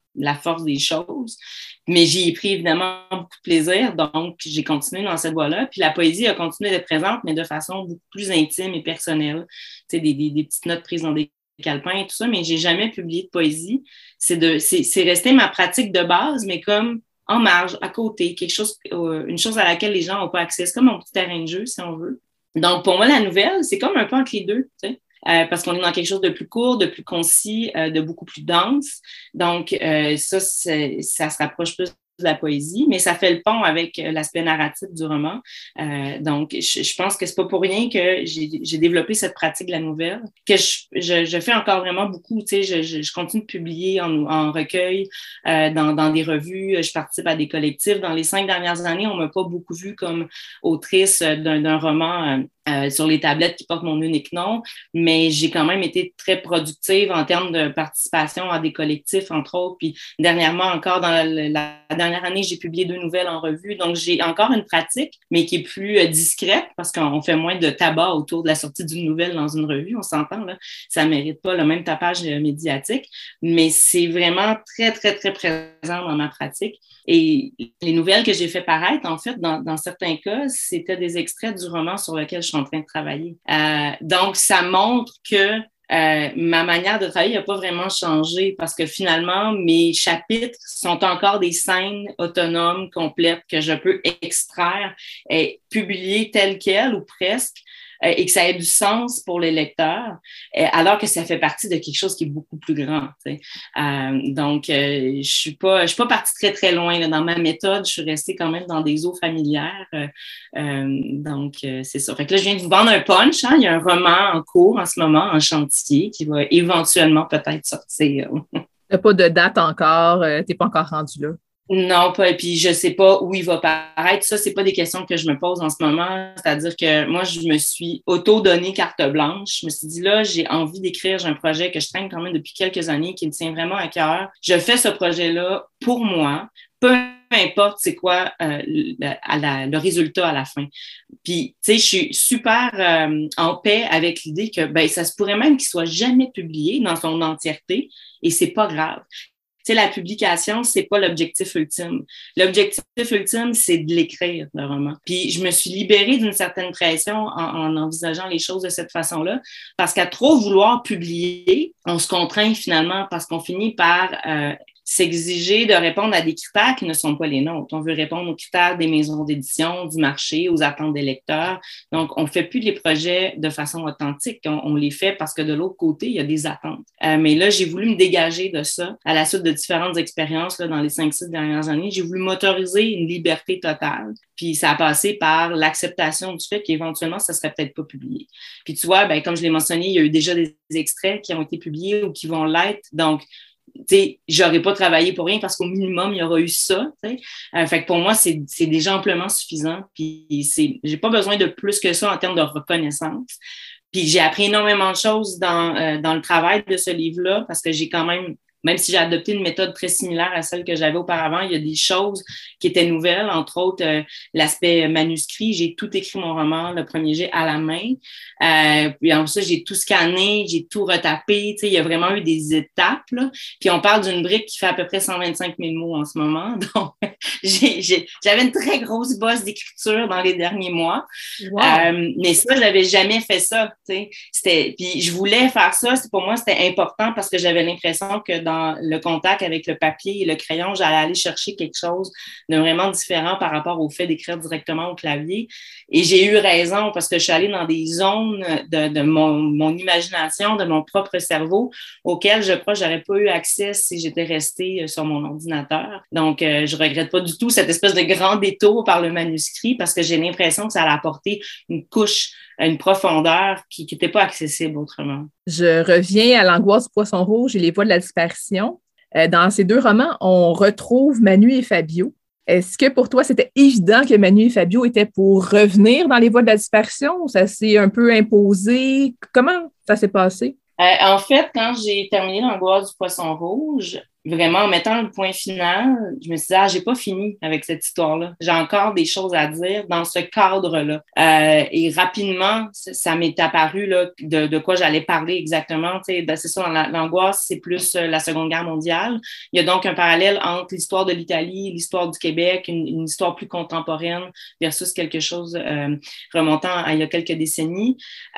la force des choses. Mais j'y ai pris évidemment beaucoup de plaisir, donc j'ai continué dans cette voie-là. Puis la poésie a continué d'être présente, mais de façon beaucoup plus intime et personnelle. Tu sais, des petites notes prises dans des calepins et tout ça, mais j'ai jamais publié de poésie. C'est resté ma pratique de base, mais comme en marge, à côté, une chose à laquelle les gens n'ont pas accès. C'est comme mon petit terrain de jeu, si on veut. Donc, pour moi, la nouvelle, c'est comme un peu entre les deux, tu sais. Parce qu'on est dans quelque chose de plus court, de plus concis, de beaucoup plus dense. Donc, ça se rapproche plus de la poésie, mais ça fait le pont avec l'aspect narratif du roman. Donc, je pense que c'est pas pour rien que j'ai développé cette pratique de la nouvelle, que je fais encore vraiment beaucoup. Tu sais, je continue de publier en recueil, dans des revues, je participe à des collectifs. Dans les 5 dernières années, on m'a pas beaucoup vue comme autrice d'un roman sur les tablettes qui portent mon unique nom, mais j'ai quand même été très productive en termes de participation à des collectifs, entre autres. Puis dernièrement encore, dans la dernière année, j'ai publié 2 nouvelles en revue. Donc, j'ai encore une pratique, mais qui est plus discrète parce qu'on fait moins de tabac autour de la sortie d'une nouvelle dans une revue. On s'entend, là. Ça ne mérite pas le même tapage médiatique, mais c'est vraiment très, très, très présent dans ma pratique. Et les nouvelles que j'ai fait paraître, en fait, dans certains cas, c'était des extraits du roman sur lequel je suis en train de travailler. Donc, ça montre que ma manière de travailler n'a pas vraiment changé parce que finalement, mes chapitres sont encore des scènes autonomes, complètes, que je peux extraire et publier telles quelles ou presque, et que ça ait du sens pour les lecteurs, alors que ça fait partie de quelque chose qui est beaucoup plus grand. Donc, je suis pas partie très, très loin. Là. Dans ma méthode, je suis restée quand même dans des eaux familières. Donc, c'est ça. Fait que là, je viens de vous vendre un punch. Hein? Il y a un roman en cours en ce moment, en chantier, qui va éventuellement peut-être sortir. T'as pas de date encore, t'es pas encore rendu là. Non, pas. Et puis, je sais pas où il va paraître. Ça, c'est pas des questions que je me pose en ce moment. C'est-à-dire que moi, je me suis auto-donné carte blanche. Je me suis dit, là, j'ai envie d'écrire. J'ai un projet que je traîne quand même depuis quelques années qui me tient vraiment à cœur. Je fais ce projet-là pour moi. Peu importe c'est quoi le résultat à la fin. Puis, tu sais, je suis super en paix avec l'idée que ben ça se pourrait même qu'il soit jamais publié dans son entièreté et c'est pas grave. Tu sais, la publication, c'est pas l'objectif ultime. L'objectif ultime, c'est de l'écrire, le roman. Puis, je me suis libérée d'une certaine pression en envisageant les choses de cette façon-là, parce qu'à trop vouloir publier, on se contraint finalement parce qu'on finit par s'exiger de répondre à des critères qui ne sont pas les nôtres. On veut répondre aux critères des maisons d'édition, du marché, aux attentes des lecteurs. Donc, on ne fait plus les projets de façon authentique. On les fait parce que de l'autre côté, il y a des attentes. Mais là, j'ai voulu me dégager de ça à la suite de différentes expériences là, dans les 5-6 dernières années. J'ai voulu m'autoriser une liberté totale. Puis, ça a passé par l'acceptation du fait qu'éventuellement, ça ne serait peut-être pas publié. Puis, tu vois, ben, comme je l'ai mentionné, il y a eu déjà des extraits qui ont été publiés ou qui vont l'être. Donc, tu sais, j'aurais pas travaillé pour rien parce qu'au minimum, il y aura eu ça, tu sais. Fait que pour moi, c'est déjà amplement suffisant. Puis j'ai pas besoin de plus que ça en termes de reconnaissance. Puis j'ai appris énormément de choses dans le travail de ce livre-là parce que j'ai quand même si j'ai adopté une méthode très similaire à celle que j'avais auparavant, il y a des choses qui étaient nouvelles, entre autres l'aspect manuscrit. J'ai tout écrit mon roman, le premier jet, à la main. Puis en ça, j'ai tout scanné, j'ai tout retapé. Tu sais, il y a vraiment eu des étapes. Là. Puis on parle d'une brique qui fait à peu près 125 000 mots en ce moment. Donc, j'avais une très grosse bosse d'écriture dans les derniers mois. Wow. Mais ça, je n'avais jamais fait ça. Tu sais. Puis je voulais faire ça. Pour moi, c'était important parce que j'avais l'impression que dans le contact avec le papier et le crayon, j'allais aller chercher quelque chose de vraiment différent par rapport au fait d'écrire directement au clavier. Et j'ai eu raison parce que je suis allée dans des zones de mon imagination, de mon propre cerveau, auxquelles je crois que j'aurais pas eu accès si j'étais restée sur mon ordinateur. Donc, je regrette pas du tout cette espèce de grand détour par le manuscrit parce que j'ai l'impression que ça allait apporter une couche, une profondeur qui n'était pas accessible autrement. Je reviens à l'angoisse du poisson rouge et les voies de la disparition. Dans ces 2 romans, on retrouve Manu et Fabio. Est-ce que pour toi, c'était évident que Manu et Fabio étaient pour revenir dans les voies de la disparition? Ça s'est un peu imposé? Comment ça s'est passé? En fait, quand j'ai terminé l'angoisse du poisson rouge, vraiment, en mettant le point final, je me suis dit, j'ai pas fini avec cette histoire-là. J'ai encore des choses à dire dans ce cadre-là. Et rapidement, ça m'est apparu là, de quoi j'allais parler exactement. C'est ça, dans l'angoisse, c'est plus la Seconde Guerre mondiale. Il y a donc un parallèle entre l'histoire de l'Italie, l'histoire du Québec, une histoire plus contemporaine versus quelque chose remontant à il y a quelques décennies.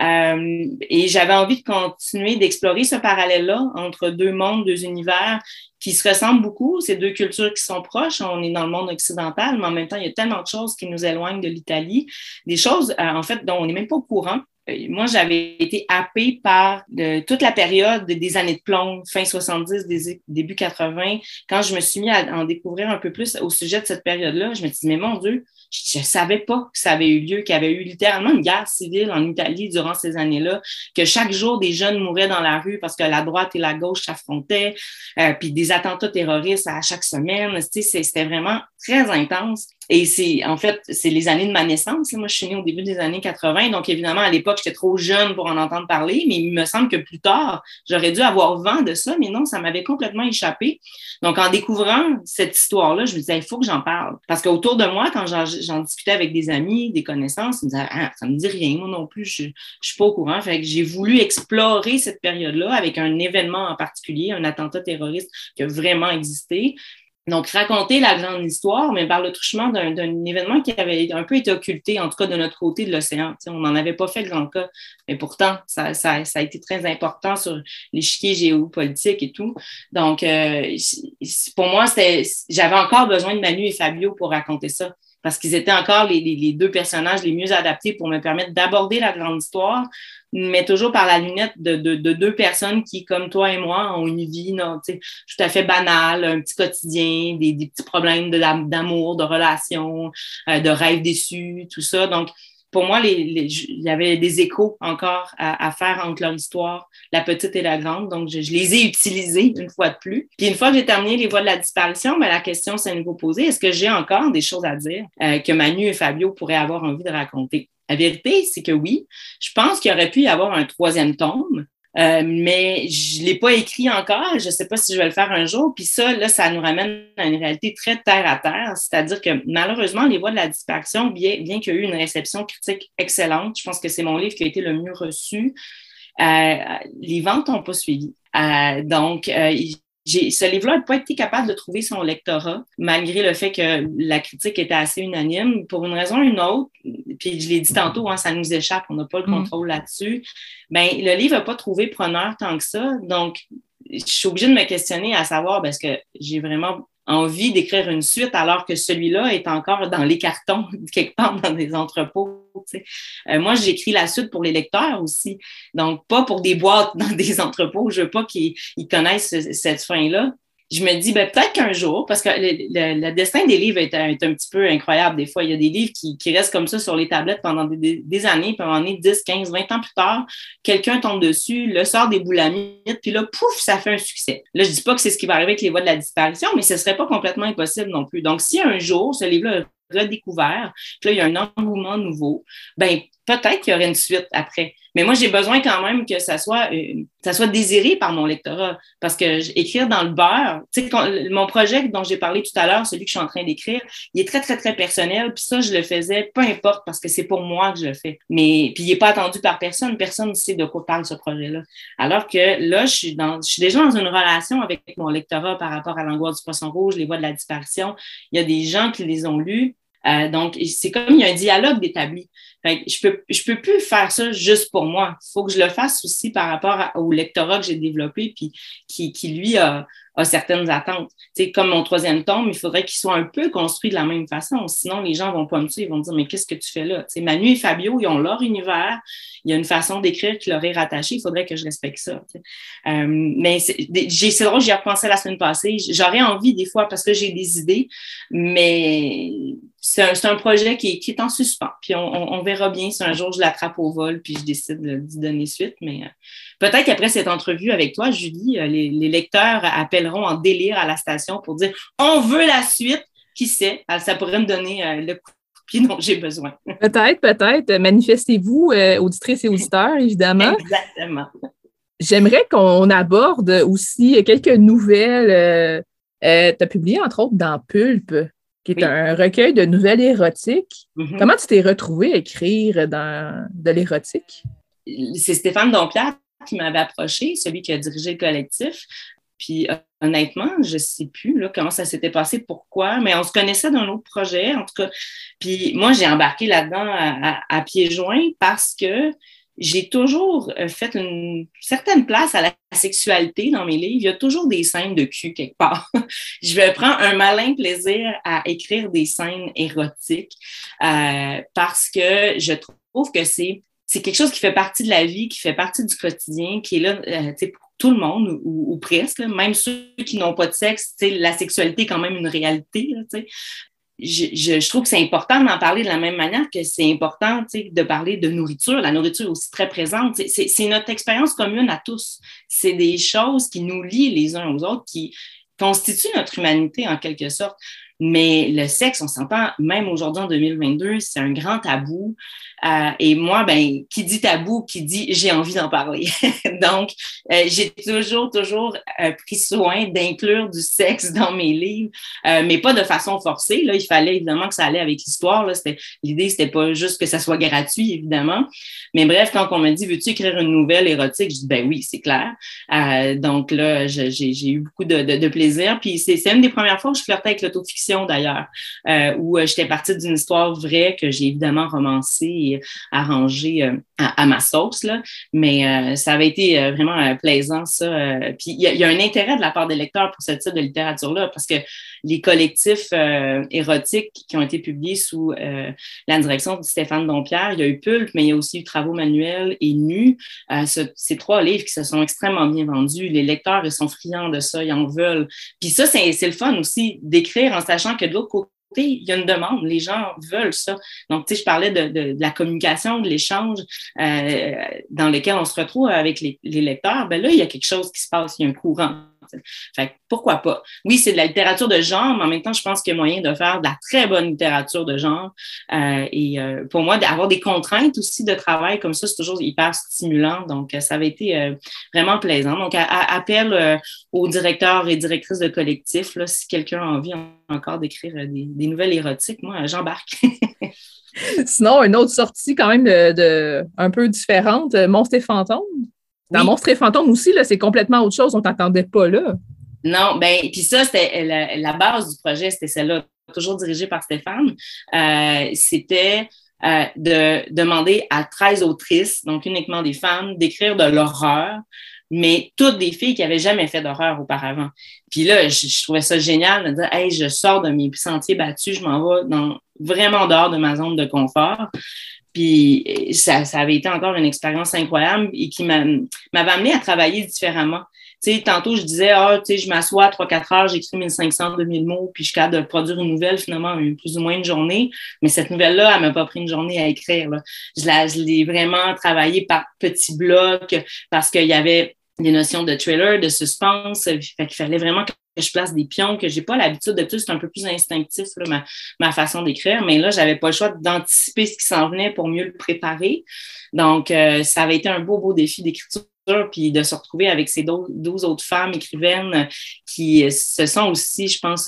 Et j'avais envie de continuer d'explorer ce parallèle-là entre deux mondes, deux univers qui se ressemblent beaucoup, ces deux cultures qui sont proches. On est dans le monde occidental, mais en même temps, il y a tellement de choses qui nous éloignent de l'Italie, des choses, en fait, dont on n'est même pas au courant. Moi, j'avais été happée par toute la période des années de plomb, fin 70, début 80. Quand je me suis mis à en découvrir un peu plus au sujet de cette période-là, je me suis dit, mais mon Dieu, je savais pas que ça avait eu lieu, qu'il y avait eu littéralement une guerre civile en Italie durant ces années-là, que chaque jour, des jeunes mouraient dans la rue parce que la droite et la gauche s'affrontaient, puis des attentats terroristes à chaque semaine. C'était vraiment très intense. Et c'est les années de ma naissance. Moi, je suis née au début des années 80. Donc, évidemment, à l'époque, j'étais trop jeune pour en entendre parler, mais il me semble que plus tard, j'aurais dû avoir vent de ça, mais non, ça m'avait complètement échappé. Donc, en découvrant cette histoire-là, je me disais, il faut que j'en parle. Parce qu'autour de moi, quand j'en discutais avec des amis, des connaissances, ils me disaient, ça me dit rien, moi non plus, je suis pas au courant. Fait que j'ai voulu explorer cette période-là avec un événement en particulier, un attentat terroriste qui a vraiment existé. Donc, raconter la grande histoire, mais par le truchement d'un événement qui avait un peu été occulté, en tout cas de notre côté de l'océan. On n'en avait pas fait grand cas, mais pourtant, ça a été très important sur l'échiquier géopolitique et tout. Donc, pour moi, j'avais encore besoin de Manu et Fabio pour raconter ça, parce qu'ils étaient encore les deux personnages les mieux adaptés pour me permettre d'aborder la grande histoire, mais toujours par la lunette de deux personnes qui, comme toi et moi, ont une vie tout à fait banale, un petit quotidien, des petits problèmes d'amour, de relations, de rêves déçus, tout ça. Donc, pour moi, il y avait des échos encore à faire entre leur histoire, la petite et la grande. Donc, je les ai utilisés une fois de plus. Puis une fois que j'ai terminé les voies de la disparition, la question s'est à nouveau posée, est-ce que j'ai encore des choses à dire que Manu et Fabio pourraient avoir envie de raconter? La vérité, c'est que oui. Je pense qu'il aurait pu y avoir un 3e tome, mais je l'ai pas écrit encore. Je sais pas si je vais le faire un jour. Puis ça, là, ça nous ramène à une réalité très terre à terre. C'est-à-dire que malheureusement, Les Voies de la disparition, bien qu'il y ait eu une réception critique excellente, je pense que c'est mon livre qui a été le mieux reçu. Les ventes n'ont pas suivi. Ce livre-là n'a pas été capable de trouver son lectorat, malgré le fait que la critique était assez unanime. Pour une raison ou une autre, puis je l'ai dit tantôt, ça nous échappe, on n'a pas le contrôle là-dessus. Le livre n'a pas trouvé preneur tant que ça. Donc, je suis obligée de me questionner à savoir, est-ce que j'ai vraiment envie d'écrire une suite alors que celui-là est encore dans les cartons, quelque part dans des entrepôts. Moi, j'écris la suite pour les lecteurs aussi. Donc, pas pour des boîtes dans des entrepôts. Je veux pas qu'ils connaissent cette fin-là. Je me dis, peut-être qu'un jour, parce que le destin des livres est un petit peu incroyable des fois. Il y a des livres qui restent comme ça sur les tablettes pendant des années, puis à un moment donné, 10, 15, 20 ans plus tard, quelqu'un tombe dessus, le sort des boulamites, puis là, pouf, ça fait un succès. Là, je dis pas que c'est ce qui va arriver avec Les Voies de la disparition, mais ce serait pas complètement impossible non plus. Donc, si un jour, ce livre-là redécouvert, puis là, il y a un engouement nouveau, peut-être qu'il y aurait une suite après. Mais moi, j'ai besoin quand même que ça soit désiré par mon lectorat. Parce que écrire dans le beurre, mon projet dont j'ai parlé tout à l'heure, celui que je suis en train d'écrire, il est très, très, très personnel. Puis ça, je le faisais, peu importe, parce que c'est pour moi que je le fais. Mais puis il n'est pas attendu par personne. Personne ne sait de quoi parle ce projet-là. Alors que là, je suis déjà dans une relation avec mon lectorat par rapport à L'Angoisse du Poisson Rouge, Les Voies de la disparition. Il y a des gens qui les ont lus. Donc, c'est comme il y a un dialogue d'établi. Fait que je peux plus faire ça juste pour moi. Il faut que je le fasse aussi par rapport au lectorat que j'ai développé puis qui lui a certaines attentes. Comme mon 3e tome, il faudrait qu'il soit un peu construit de la même façon. Sinon, les gens vont pas me suivre, ils vont me dire, mais qu'est-ce que tu fais là? Manu et Fabio, ils ont leur univers. Il y a une façon d'écrire qui leur est rattachée. Il faudrait que je respecte ça. Mais c'est drôle, j'y ai repensé la semaine passée. J'aurais envie des fois parce que j'ai des idées, mais c'est un projet qui est en suspens. Puis on verra bien si un jour je l'attrape au vol puis je décide d'y donner suite. Mais peut-être qu'après cette entrevue avec toi, Julie, les lecteurs appelleront en délire à la station pour dire « On veut la suite! » Qui sait? Ça pourrait me donner le coup de pied dont j'ai besoin. Peut-être. Manifestez-vous, auditrices et auditeurs, évidemment. Exactement. J'aimerais qu'on aborde aussi quelques nouvelles. Tu as publié, entre autres, dans Pulp, qui est un recueil de nouvelles érotiques. Mm-hmm. Comment tu t'es retrouvée à écrire de l'érotique? C'est Stéphane Dompierre qui m'avait approché, celui qui a dirigé le collectif. Puis honnêtement, je ne sais plus là, comment ça s'était passé, pourquoi, mais on se connaissait d'un autre projet, en tout cas. Puis moi, j'ai embarqué là-dedans à pieds joints parce que j'ai toujours fait une certaine place à la sexualité dans mes livres. Il y a toujours des scènes de cul quelque part. Je vais prendre un malin plaisir à écrire des scènes érotiques parce que je trouve que c'est quelque chose qui fait partie de la vie, qui fait partie du quotidien, qui est là pour tout le monde ou presque, là, même ceux qui n'ont pas de sexe, la sexualité est quand même une réalité. Là, je trouve que c'est important d'en parler de la même manière que c'est important de parler de nourriture. La nourriture est aussi très présente. C'est notre expérience commune à tous. C'est des choses qui nous lient les uns aux autres, qui constituent notre humanité en quelque sorte. Mais le sexe, on s'entend, même aujourd'hui en 2022, c'est un grand tabou. Et moi, qui dit tabou, qui dit j'ai envie d'en parler. Donc, j'ai toujours pris soin d'inclure du sexe dans mes livres, mais pas de façon forcée. Là, il fallait évidemment que ça allait avec l'histoire. Là. L'idée, c'était pas juste que ça soit gratuit, évidemment. Mais bref, quand on m'a dit, veux-tu écrire une nouvelle érotique? Je dis, oui, c'est clair. Donc là, j'ai eu beaucoup de plaisir. Puis c'est une des premières fois que je flirtais avec l'autofiction, d'ailleurs, où j'étais partie d'une histoire vraie que j'ai évidemment romancée et arrangée à ma sauce, là. Mais ça avait été vraiment plaisant, ça. Puis il y a un intérêt de la part des lecteurs pour ce type de littérature-là, parce que les collectifs érotiques qui ont été publiés sous la direction de Stéphane Dompierre, il y a eu Pulp, mais il y a aussi eu Travaux manuels et Nus. Ces 3 livres qui se sont extrêmement bien vendus. Les lecteurs, ils sont friands de ça, ils en veulent. Puis ça, c'est le fun aussi d'écrire en sachant que de l'autre côté, il y a une demande, les gens veulent ça. Donc, je parlais de la communication, de l'échange dans lequel on se retrouve avec les lecteurs. Là, il y a quelque chose qui se passe, il y a un courant. Fait que pourquoi pas? Oui, c'est de la littérature de genre, mais en même temps, je pense qu'il y a moyen de faire de la très bonne littérature de genre. Pour moi, d'avoir des contraintes aussi de travail comme ça, c'est toujours hyper stimulant. Donc, ça avait été vraiment plaisant. Donc, appel aux directeurs et directrices de collectifs, là, si quelqu'un a envie encore d'écrire des nouvelles érotiques, moi, j'embarque. Sinon, une autre sortie quand même un peu différente, Monstres et fantômes. Dans Monstres et fantômes aussi, là, c'est complètement autre chose. On ne t'attendait pas là. Non, puis ça, c'était la base du projet, c'était celle-là, toujours dirigée par Stéphane. C'était de demander à 13 autrices, donc uniquement des femmes, d'écrire de l'horreur, mais toutes des filles qui n'avaient jamais fait d'horreur auparavant. Puis là, je trouvais ça génial de dire « Hey, je sors de mes sentiers battus, je m'en vais vraiment dehors de ma zone de confort. » Puis ça avait été encore une expérience incroyable et qui m'avait amené à travailler différemment. Tu sais, tantôt, je disais, je m'assois 3-4 heures, j'écris 1500, 2000 mots, puis je suis capable de produire une nouvelle, finalement, plus ou moins une journée. Mais cette nouvelle-là, elle m'a pas pris une journée à écrire, là. Je l'ai vraiment travaillé par petits blocs parce qu'il y avait des notions de thriller, de suspense. Fait qu'il fallait vraiment que je place des pions que j'ai pas l'habitude de tout. C'est un peu plus instinctif, là, ma façon d'écrire. Mais là, j'avais pas le choix d'anticiper ce qui s'en venait pour mieux le préparer. Donc, ça avait été un beau défi d'écriture. Puis de se retrouver avec ces 12 autres femmes écrivaines qui se sont aussi, je pense,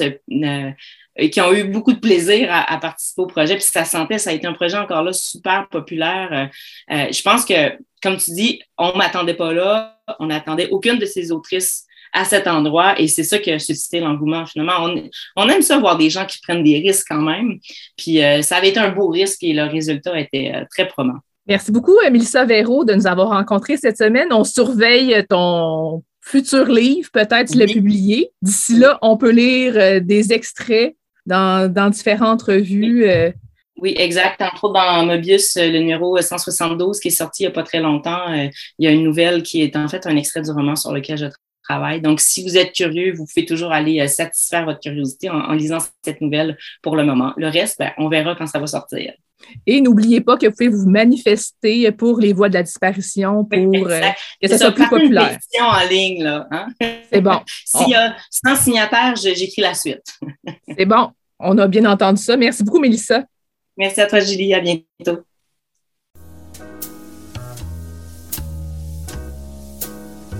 qui ont eu beaucoup de plaisir à participer au projet. Puis ça a été un projet encore là super populaire. Je pense que, comme tu dis, on m'attendait pas là, on n'attendait aucune de ces autrices à cet endroit et c'est ça qui a suscité l'engouement finalement. On aime ça voir des gens qui prennent des risques quand même. Puis ça avait été un beau risque et le résultat était très probant. Merci beaucoup, Mélissa Véraud, de nous avoir rencontrés cette semaine. On surveille ton futur livre, peut-être tu l'as publié. D'ici là, on peut lire des extraits dans différentes revues. Oui, exact. Entre autres, dans Mobius, le numéro 172 qui est sorti il n'y a pas très longtemps, il y a une nouvelle qui est en fait un extrait du roman sur lequel je travaille. Donc, si vous êtes curieux, vous pouvez toujours aller satisfaire votre curiosité en lisant cette nouvelle pour le moment. Le reste, on verra quand ça va sortir. Et n'oubliez pas que vous pouvez vous manifester pour les voix de la disparition, pour que ça soit plus populaire. Une pétition en ligne, là. Hein? C'est bon. S'il y a 100 signataires, j'écris la suite. C'est bon. On a bien entendu ça. Merci beaucoup, Mélissa. Merci à toi, Julie. À bientôt.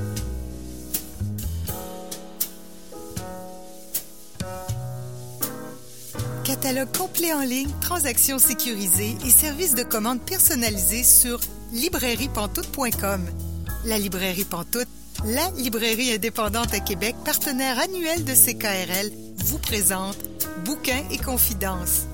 catalogue complet en ligne, transactions sécurisées et services de commande personnalisés sur librairiepantoute.com. La librairie Pantoute, la librairie indépendante à Québec, partenaire annuel de CKRL, vous présente Bouquins et confidences.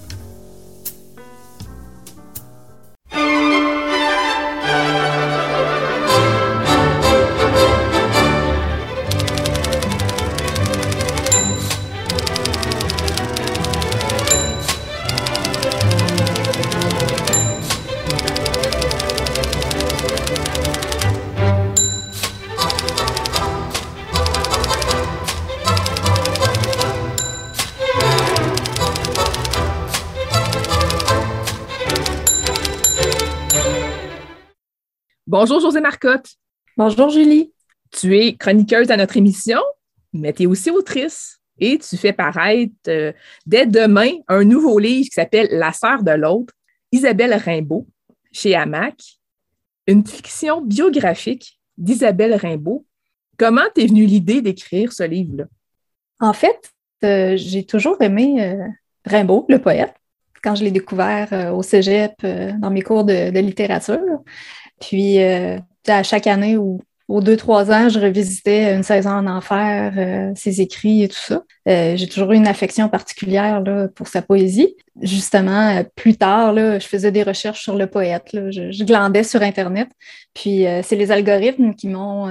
Bonjour Josée Marcotte. Bonjour Julie. Tu es chroniqueuse à notre émission, mais tu es aussi autrice et tu fais paraître dès demain un nouveau livre qui s'appelle La sœur de l'autre, Isabelle Rimbaud, chez Hamac, une fiction biographique d'Isabelle Rimbaud. Comment t'es venue l'idée d'écrire ce livre-là? En fait, j'ai toujours aimé Rimbaud, le poète, quand je l'ai découvert au cégep dans mes cours de littérature. Puis, à chaque année ou aux 2-3 ans, je revisitais Une saison en enfer, ses écrits et tout ça. J'ai toujours eu une affection particulière là, pour sa poésie. Justement, plus tard, là, je faisais des recherches sur le poète. Là. Je glandais sur Internet. Puis, c'est les algorithmes qui m'ont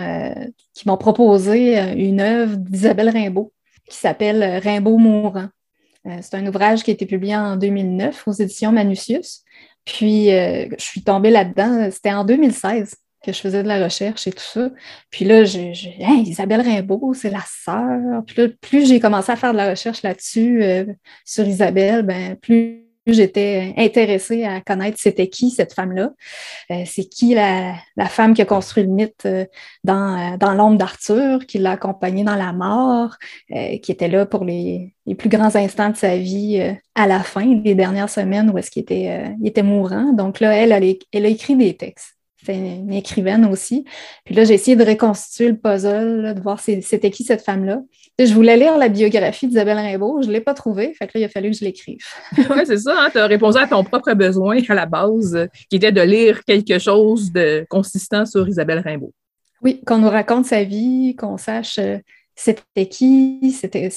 proposé une œuvre d'Isabelle Rimbaud qui s'appelle Rimbaud mourant. C'est un ouvrage qui a été publié en 2009 aux éditions Manucius. Puis, je suis tombée là-dedans. C'était en 2016 que je faisais de la recherche et tout ça. Puis là, hey, Isabelle Rimbaud, c'est la sœur. Puis là, plus j'ai commencé à faire de la recherche là-dessus, sur Isabelle, ben plus j'étais intéressée à connaître c'était qui cette femme-là. C'est qui la femme qui a construit le mythe dans l'ombre d'Arthur, qui l'a accompagnée dans la mort, qui était là pour les plus grands instants de sa vie à la fin, les dernières semaines où est-ce qu'il était mourant. Donc là, elle a écrit des textes. C'est une écrivaine aussi. Puis là, j'ai essayé de reconstituer le puzzle, là, de voir c'était qui cette femme-là. Je voulais lire la biographie d'Isabelle Rimbaud, je ne l'ai pas trouvée, fait que là, il a fallu que je l'écrive. Oui, c'est ça, hein? Tu as répondu à ton propre besoin à la base, qui était de lire quelque chose de consistant sur Isabelle Rimbaud. Oui, qu'on nous raconte sa vie, qu'on sache c'était qui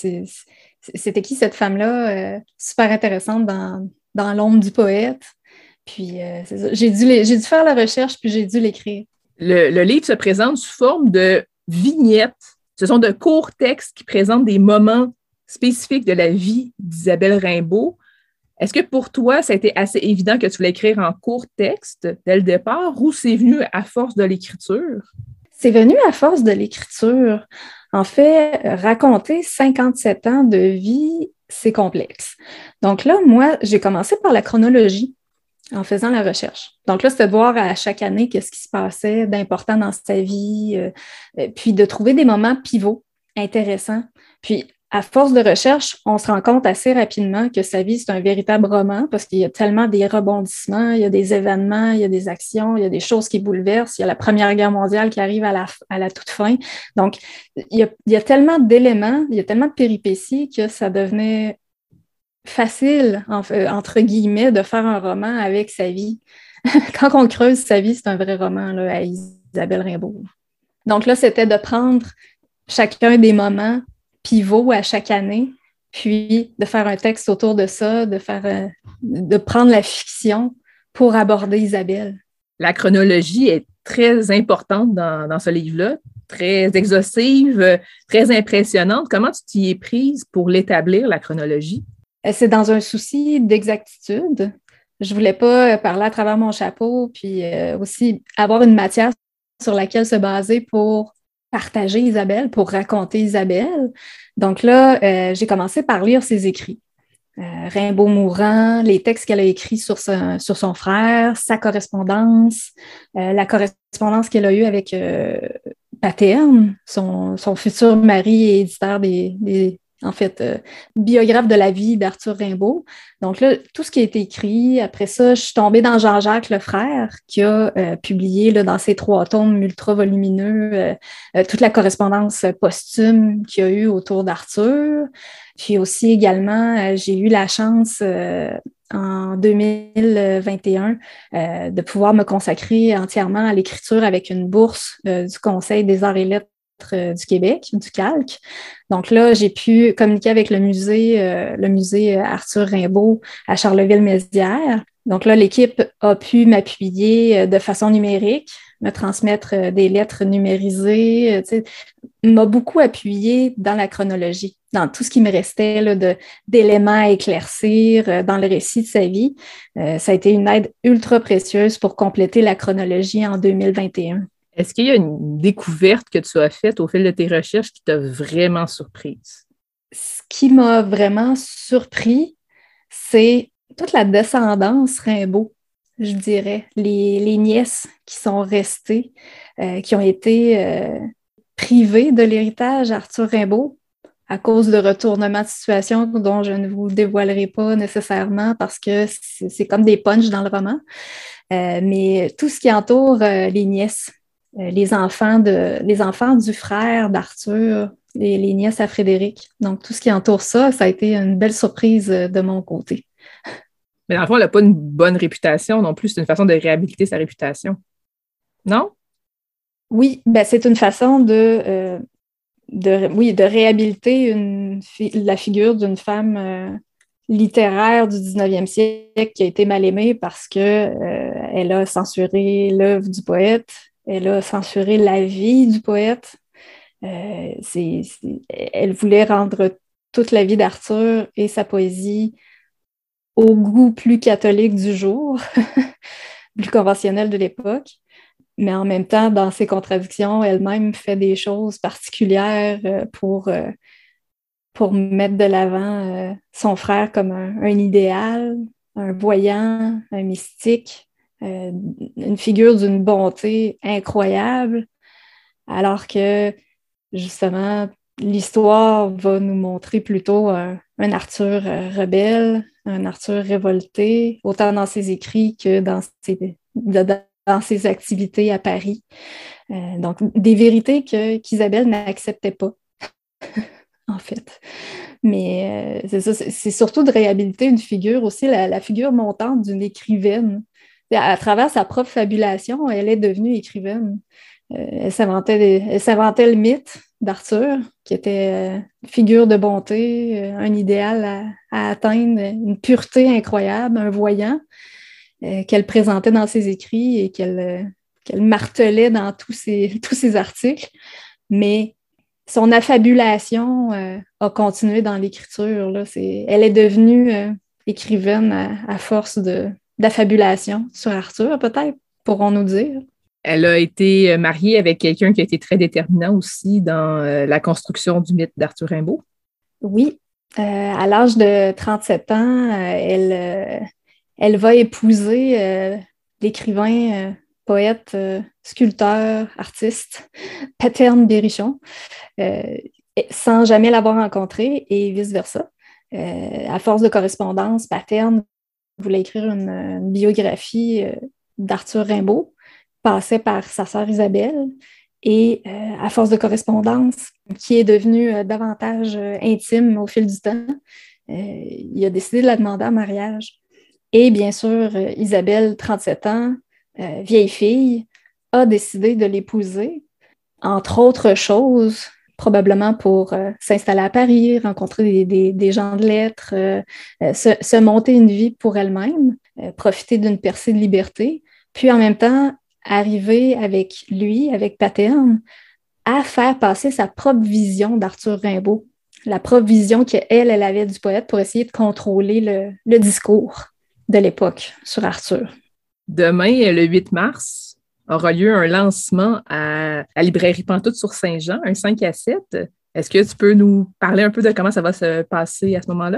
qui cette femme-là, super intéressante dans l'ombre du poète. Puis, c'est ça. J'ai dû faire la recherche, puis j'ai dû l'écrire. Le livre se présente sous forme de vignettes. Ce sont de courts textes qui présentent des moments spécifiques de la vie d'Isabelle Rimbaud. Est-ce que pour toi, ça a été assez évident que tu voulais écrire en courts textes dès le départ ou c'est venu à force de l'écriture? C'est venu à force de l'écriture. En fait, raconter 57 ans de vie, c'est complexe. Donc là, moi, j'ai commencé par la chronologie en faisant la recherche. Donc là, c'était de voir à chaque année qu'est-ce qui se passait d'important dans sa vie, puis de trouver des moments pivots intéressants. Puis, à force de recherche, on se rend compte assez rapidement que sa vie, c'est un véritable roman parce qu'il y a tellement des rebondissements, il y a des événements, il y a des actions, il y a des choses qui bouleversent, il y a la Première Guerre mondiale qui arrive à la toute fin. Donc, il y a tellement d'éléments, il y a tellement de péripéties que ça devenait facile, entre guillemets, de faire un roman avec sa vie. Quand on creuse sa vie, c'est un vrai roman là, à Isabelle Rimbaud. Donc là, c'était de prendre chacun des moments pivots à chaque année, puis de faire un texte autour de ça, de prendre la fiction pour aborder Isabelle. La chronologie est très importante dans ce livre-là, très exhaustive, très impressionnante. Comment tu t'y es prise pour l'établir, la chronologie? C'est dans un souci d'exactitude. Je voulais pas parler à travers mon chapeau, puis aussi avoir une matière sur laquelle se baser pour partager Isabelle, pour raconter Isabelle. Donc là, j'ai commencé par lire ses écrits. Rimbaud mourant, les textes qu'elle a écrits sur son frère, sa correspondance, la correspondance qu'elle a eue avec Paterne, son futur mari et éditeur des en fait, biographe de la vie d'Arthur Rimbaud. Donc là, tout ce qui a été écrit, après ça, je suis tombée dans Jean-Jacques Lefrère, qui a publié là, dans ses 3 tomes ultra volumineux toute la correspondance posthume qu'il y a eu autour d'Arthur. Puis aussi également, j'ai eu la chance en 2021 de pouvoir me consacrer entièrement à l'écriture avec une bourse du Conseil des arts et lettres du Québec, du Calque. Donc là, j'ai pu communiquer avec le musée Arthur Rimbaud à Charleville-Mézières. Donc là, l'équipe a pu m'appuyer de façon numérique, me transmettre des lettres numérisées, m'a beaucoup appuyé dans la chronologie, dans tout ce qui me restait là, d'éléments à éclaircir dans le récit de sa vie. Ça a été une aide ultra précieuse pour compléter la chronologie en 2021. Est-ce qu'il y a une découverte que tu as faite au fil de tes recherches qui t'a vraiment surprise? Ce qui m'a vraiment surpris, c'est toute la descendance Rimbaud, je dirais. Les nièces qui sont restées, qui ont été privées de l'héritage Arthur Rimbaud à cause de retournements de situation dont je ne vous dévoilerai pas nécessairement parce que c'est comme des punchs dans le roman. Mais tout ce qui entoure les nièces, les enfants du frère d'Arthur, les nièces à Frédéric. Donc, tout ce qui entoure ça, ça a été une belle surprise de mon côté. Mais dans le fond, elle n'a pas une bonne réputation non plus. C'est une façon de réhabiliter sa réputation. Non? Oui, ben c'est une façon de réhabiliter la figure d'une femme littéraire du 19e siècle qui a été mal aimée parce qu'elle a censuré l'œuvre du poète. Elle a censuré la vie du poète. Elle voulait rendre toute la vie d'Arthur et sa poésie au goût plus catholique du jour, plus conventionnel de l'époque. Mais en même temps, dans ses contradictions, elle-même fait des choses particulières pour mettre de l'avant son frère comme un idéal, un voyant, un mystique. Une figure d'une bonté incroyable, alors que, justement, l'histoire va nous montrer plutôt un Arthur un Arthur révolté, autant dans ses écrits que dans ses activités à Paris. Donc, des vérités qu'Isabelle n'acceptait pas, en fait. Mais c'est ça, c'est surtout de réhabiliter une figure aussi, la figure montante d'une écrivaine. À travers sa propre fabulation, elle est devenue écrivaine. Elle s'inventait le mythe d'Arthur, qui était une figure de bonté, un idéal à atteindre, une pureté incroyable, un voyant qu'elle présentait dans ses écrits et qu'elle martelait dans tous ses articles. Mais son affabulation a continué dans l'écriture. Là. Elle est devenue écrivaine à force d'affabulation sur Arthur, peut-être, pourrons-nous dire. Elle a été mariée avec quelqu'un qui a été très déterminant aussi dans la construction du mythe d'Arthur Rimbaud. Oui. À l'âge de 37 ans, elle va épouser l'écrivain, poète, sculpteur, artiste, Paterne Berrichon, sans jamais l'avoir rencontré et vice-versa. À force de correspondance, Paterne voulait écrire une biographie d'Arthur Rimbaud, passait par sa sœur Isabelle, et à force de correspondance, qui est devenue davantage intime au fil du temps, il a décidé de la demander en mariage. Et bien sûr, Isabelle, 37 ans, vieille fille, a décidé de l'épouser, entre autres choses, probablement pour s'installer à Paris, rencontrer des gens de lettres, se monter une vie pour elle-même, profiter d'une percée de liberté, puis en même temps arriver avec lui, avec Paterne, à faire passer sa propre vision d'Arthur Rimbaud, la propre vision qu'elle avait du poète pour essayer de contrôler le discours de l'époque sur Arthur. Demain, le 8 mars, aura lieu un lancement à la librairie Pantoute sur Saint-Jean, un 5 à 7. Est-ce que tu peux nous parler un peu de comment ça va se passer à ce moment-là?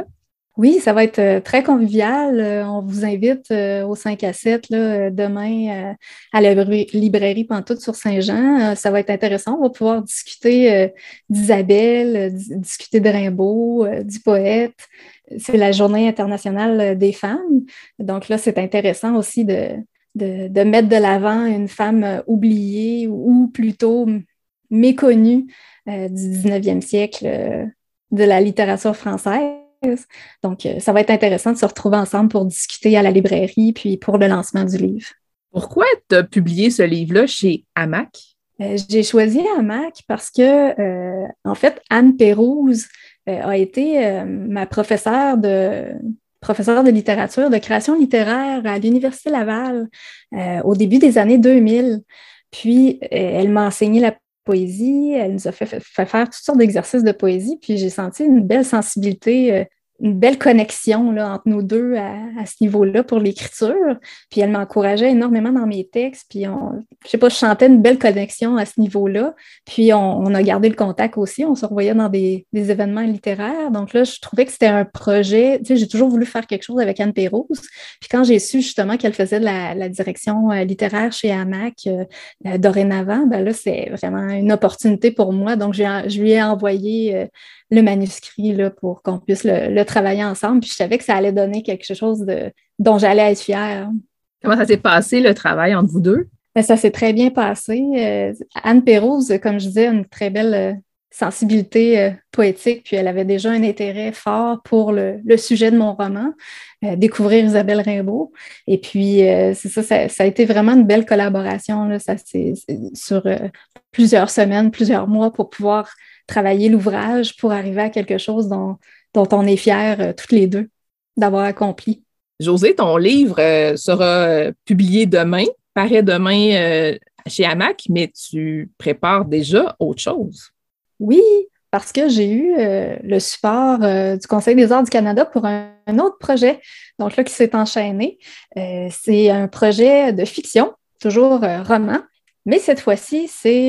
Oui, ça va être très convivial. On vous invite au 5 à 7 là, demain à la librairie Pantoute sur Saint-Jean. Ça va être intéressant. On va pouvoir discuter d'Isabelle, discuter de Rimbaud, du poète. C'est la Journée internationale des femmes. Donc là, c'est intéressant aussi de mettre de l'avant une femme oubliée ou plutôt méconnue du 19e siècle de la littérature française. Donc, ça va être intéressant de se retrouver ensemble pour discuter à la librairie puis pour le lancement du livre. Pourquoi tu as publié ce livre-là chez Hamac? J'ai choisi Hamac parce que, en fait, Anne Pérouse a été ma professeure de littérature, de création littéraire à l'Université Laval au début des années 2000. Puis, elle m'a enseigné la poésie, elle nous a fait faire toutes sortes d'exercices de poésie, puis j'ai senti une belle sensibilité, une belle connexion là, entre nous deux à ce niveau-là pour l'écriture. Puis elle m'encourageait énormément dans mes textes, puis je sais pas, je sentais une belle connexion à ce niveau-là. Puis on a gardé le contact aussi, on se revoyait dans des événements littéraires. Donc là, je trouvais que c'était un projet, tu sais, j'ai toujours voulu faire quelque chose avec Anne Pérouse. Puis quand j'ai su justement qu'elle faisait de la direction littéraire chez Hamac dorénavant, ben là, c'est vraiment une opportunité pour moi. Donc je lui ai envoyé le manuscrit là, pour qu'on puisse le travailler ensemble. Puis je savais que ça allait donner quelque chose dont j'allais être fière. Comment ça s'est passé, le travail entre vous deux? Bien, ça s'est très bien passé. Anne Pérouse, comme je disais, a une très belle sensibilité poétique, puis elle avait déjà un intérêt fort pour le sujet de mon roman, découvrir Isabelle Rimbaud. Et puis, c'est ça a été vraiment une belle collaboration. Là. Ça, c'est sur plusieurs semaines, plusieurs mois pour pouvoir travailler l'ouvrage pour arriver à quelque chose dont on est fiers toutes les deux d'avoir accompli. Josée, ton livre sera publié demain, paraît demain chez Hamac, mais tu prépares déjà autre chose. Oui, parce que j'ai eu le support du Conseil des arts du Canada pour un autre projet, donc là, qui s'est enchaîné. C'est un projet de fiction, toujours roman, mais cette fois-ci,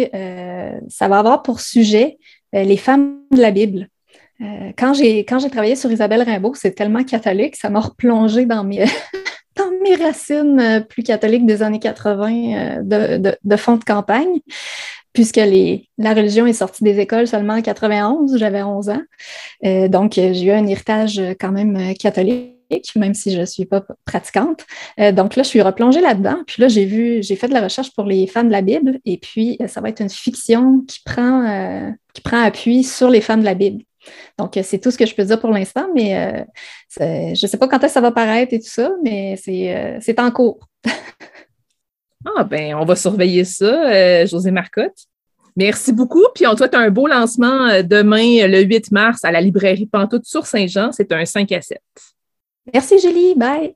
ça va avoir pour sujet les femmes de la Bible. Quand j'ai travaillé sur Isabelle Rimbaud, c'est tellement catholique, ça m'a replongé dans mes racines plus catholiques des années 80 de fond de campagne, puisque la religion est sortie des écoles seulement en 91, j'avais 11 ans. Donc, j'ai eu un héritage quand même catholique, même si je ne suis pas pratiquante. Donc là, je suis replongée là-dedans. Puis là, j'ai fait de la recherche pour les femmes de la Bible. Et puis, ça va être une fiction qui prend appui sur les femmes de la Bible. Donc, c'est tout ce que je peux dire pour l'instant, mais je ne sais pas quand est-ce que ça va paraître et tout ça, mais c'est en cours. Ah, ben, on va surveiller ça, Josée Marcotte. Merci beaucoup. Puis, on te souhaite un beau lancement demain, le 8 mars, à la librairie Pantoute sur Saint-Jean. C'est un 5 à 7. Merci, Julie. Bye.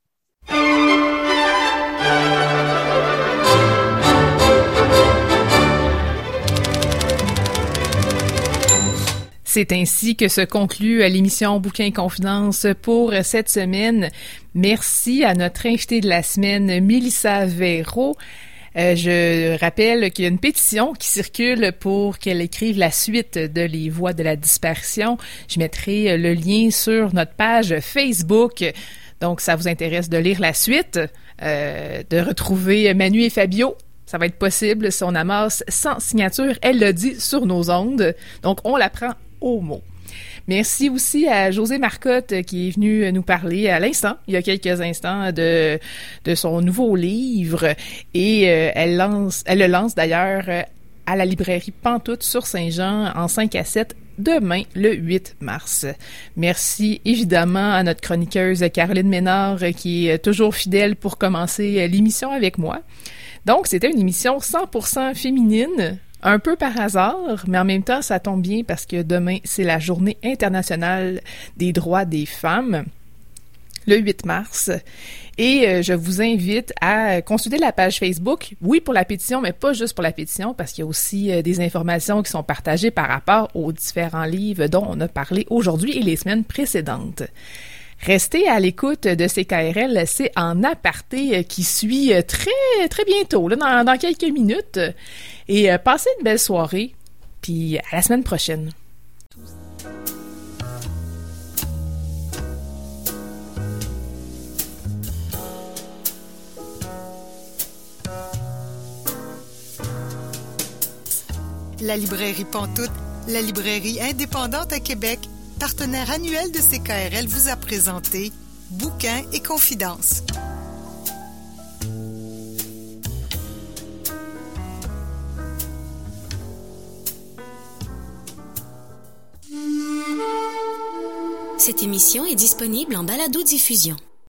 C'est ainsi que se conclut l'émission Bouquin Confidence pour cette semaine. Merci à notre invitée de la semaine, Mélissa Véraud. Je rappelle qu'il y a une pétition qui circule pour qu'elle écrive la suite de Les Voix de la disparition. Je mettrai le lien sur notre page Facebook. Donc, ça vous intéresse de lire la suite, de retrouver Manu et Fabio. Ça va être possible si on amasse 100 signatures, elle l'a dit, sur nos ondes. Donc, on la prend au mot. Merci aussi à Josée Marcotte qui est venue nous parler à l'instant, il y a quelques instants, de son nouveau livre. Et elle le lance d'ailleurs à la librairie Pantoute sur Saint-Jean en 5 à 7 demain, le 8 mars. Merci évidemment à notre chroniqueuse Caroline Ménard qui est toujours fidèle pour commencer l'émission avec moi. Donc, c'était une émission 100% féminine, un peu par hasard, mais en même temps, ça tombe bien parce que demain, c'est la Journée internationale des droits des femmes, le 8 mars. Et je vous invite à consulter la page Facebook, oui pour la pétition, mais pas juste pour la pétition, parce qu'il y a aussi des informations qui sont partagées par rapport aux différents livres dont on a parlé aujourd'hui et les semaines précédentes. Restez à l'écoute de CKRL, c'est En aparté qui suit très, très bientôt, là, dans quelques minutes. Et passez une belle soirée, puis à la semaine prochaine. La librairie Pantoute, la librairie indépendante à Québec, partenaire annuel de CKRL, vous a présenté Bouquins et confidences. Cette émission est disponible en balado-diffusion.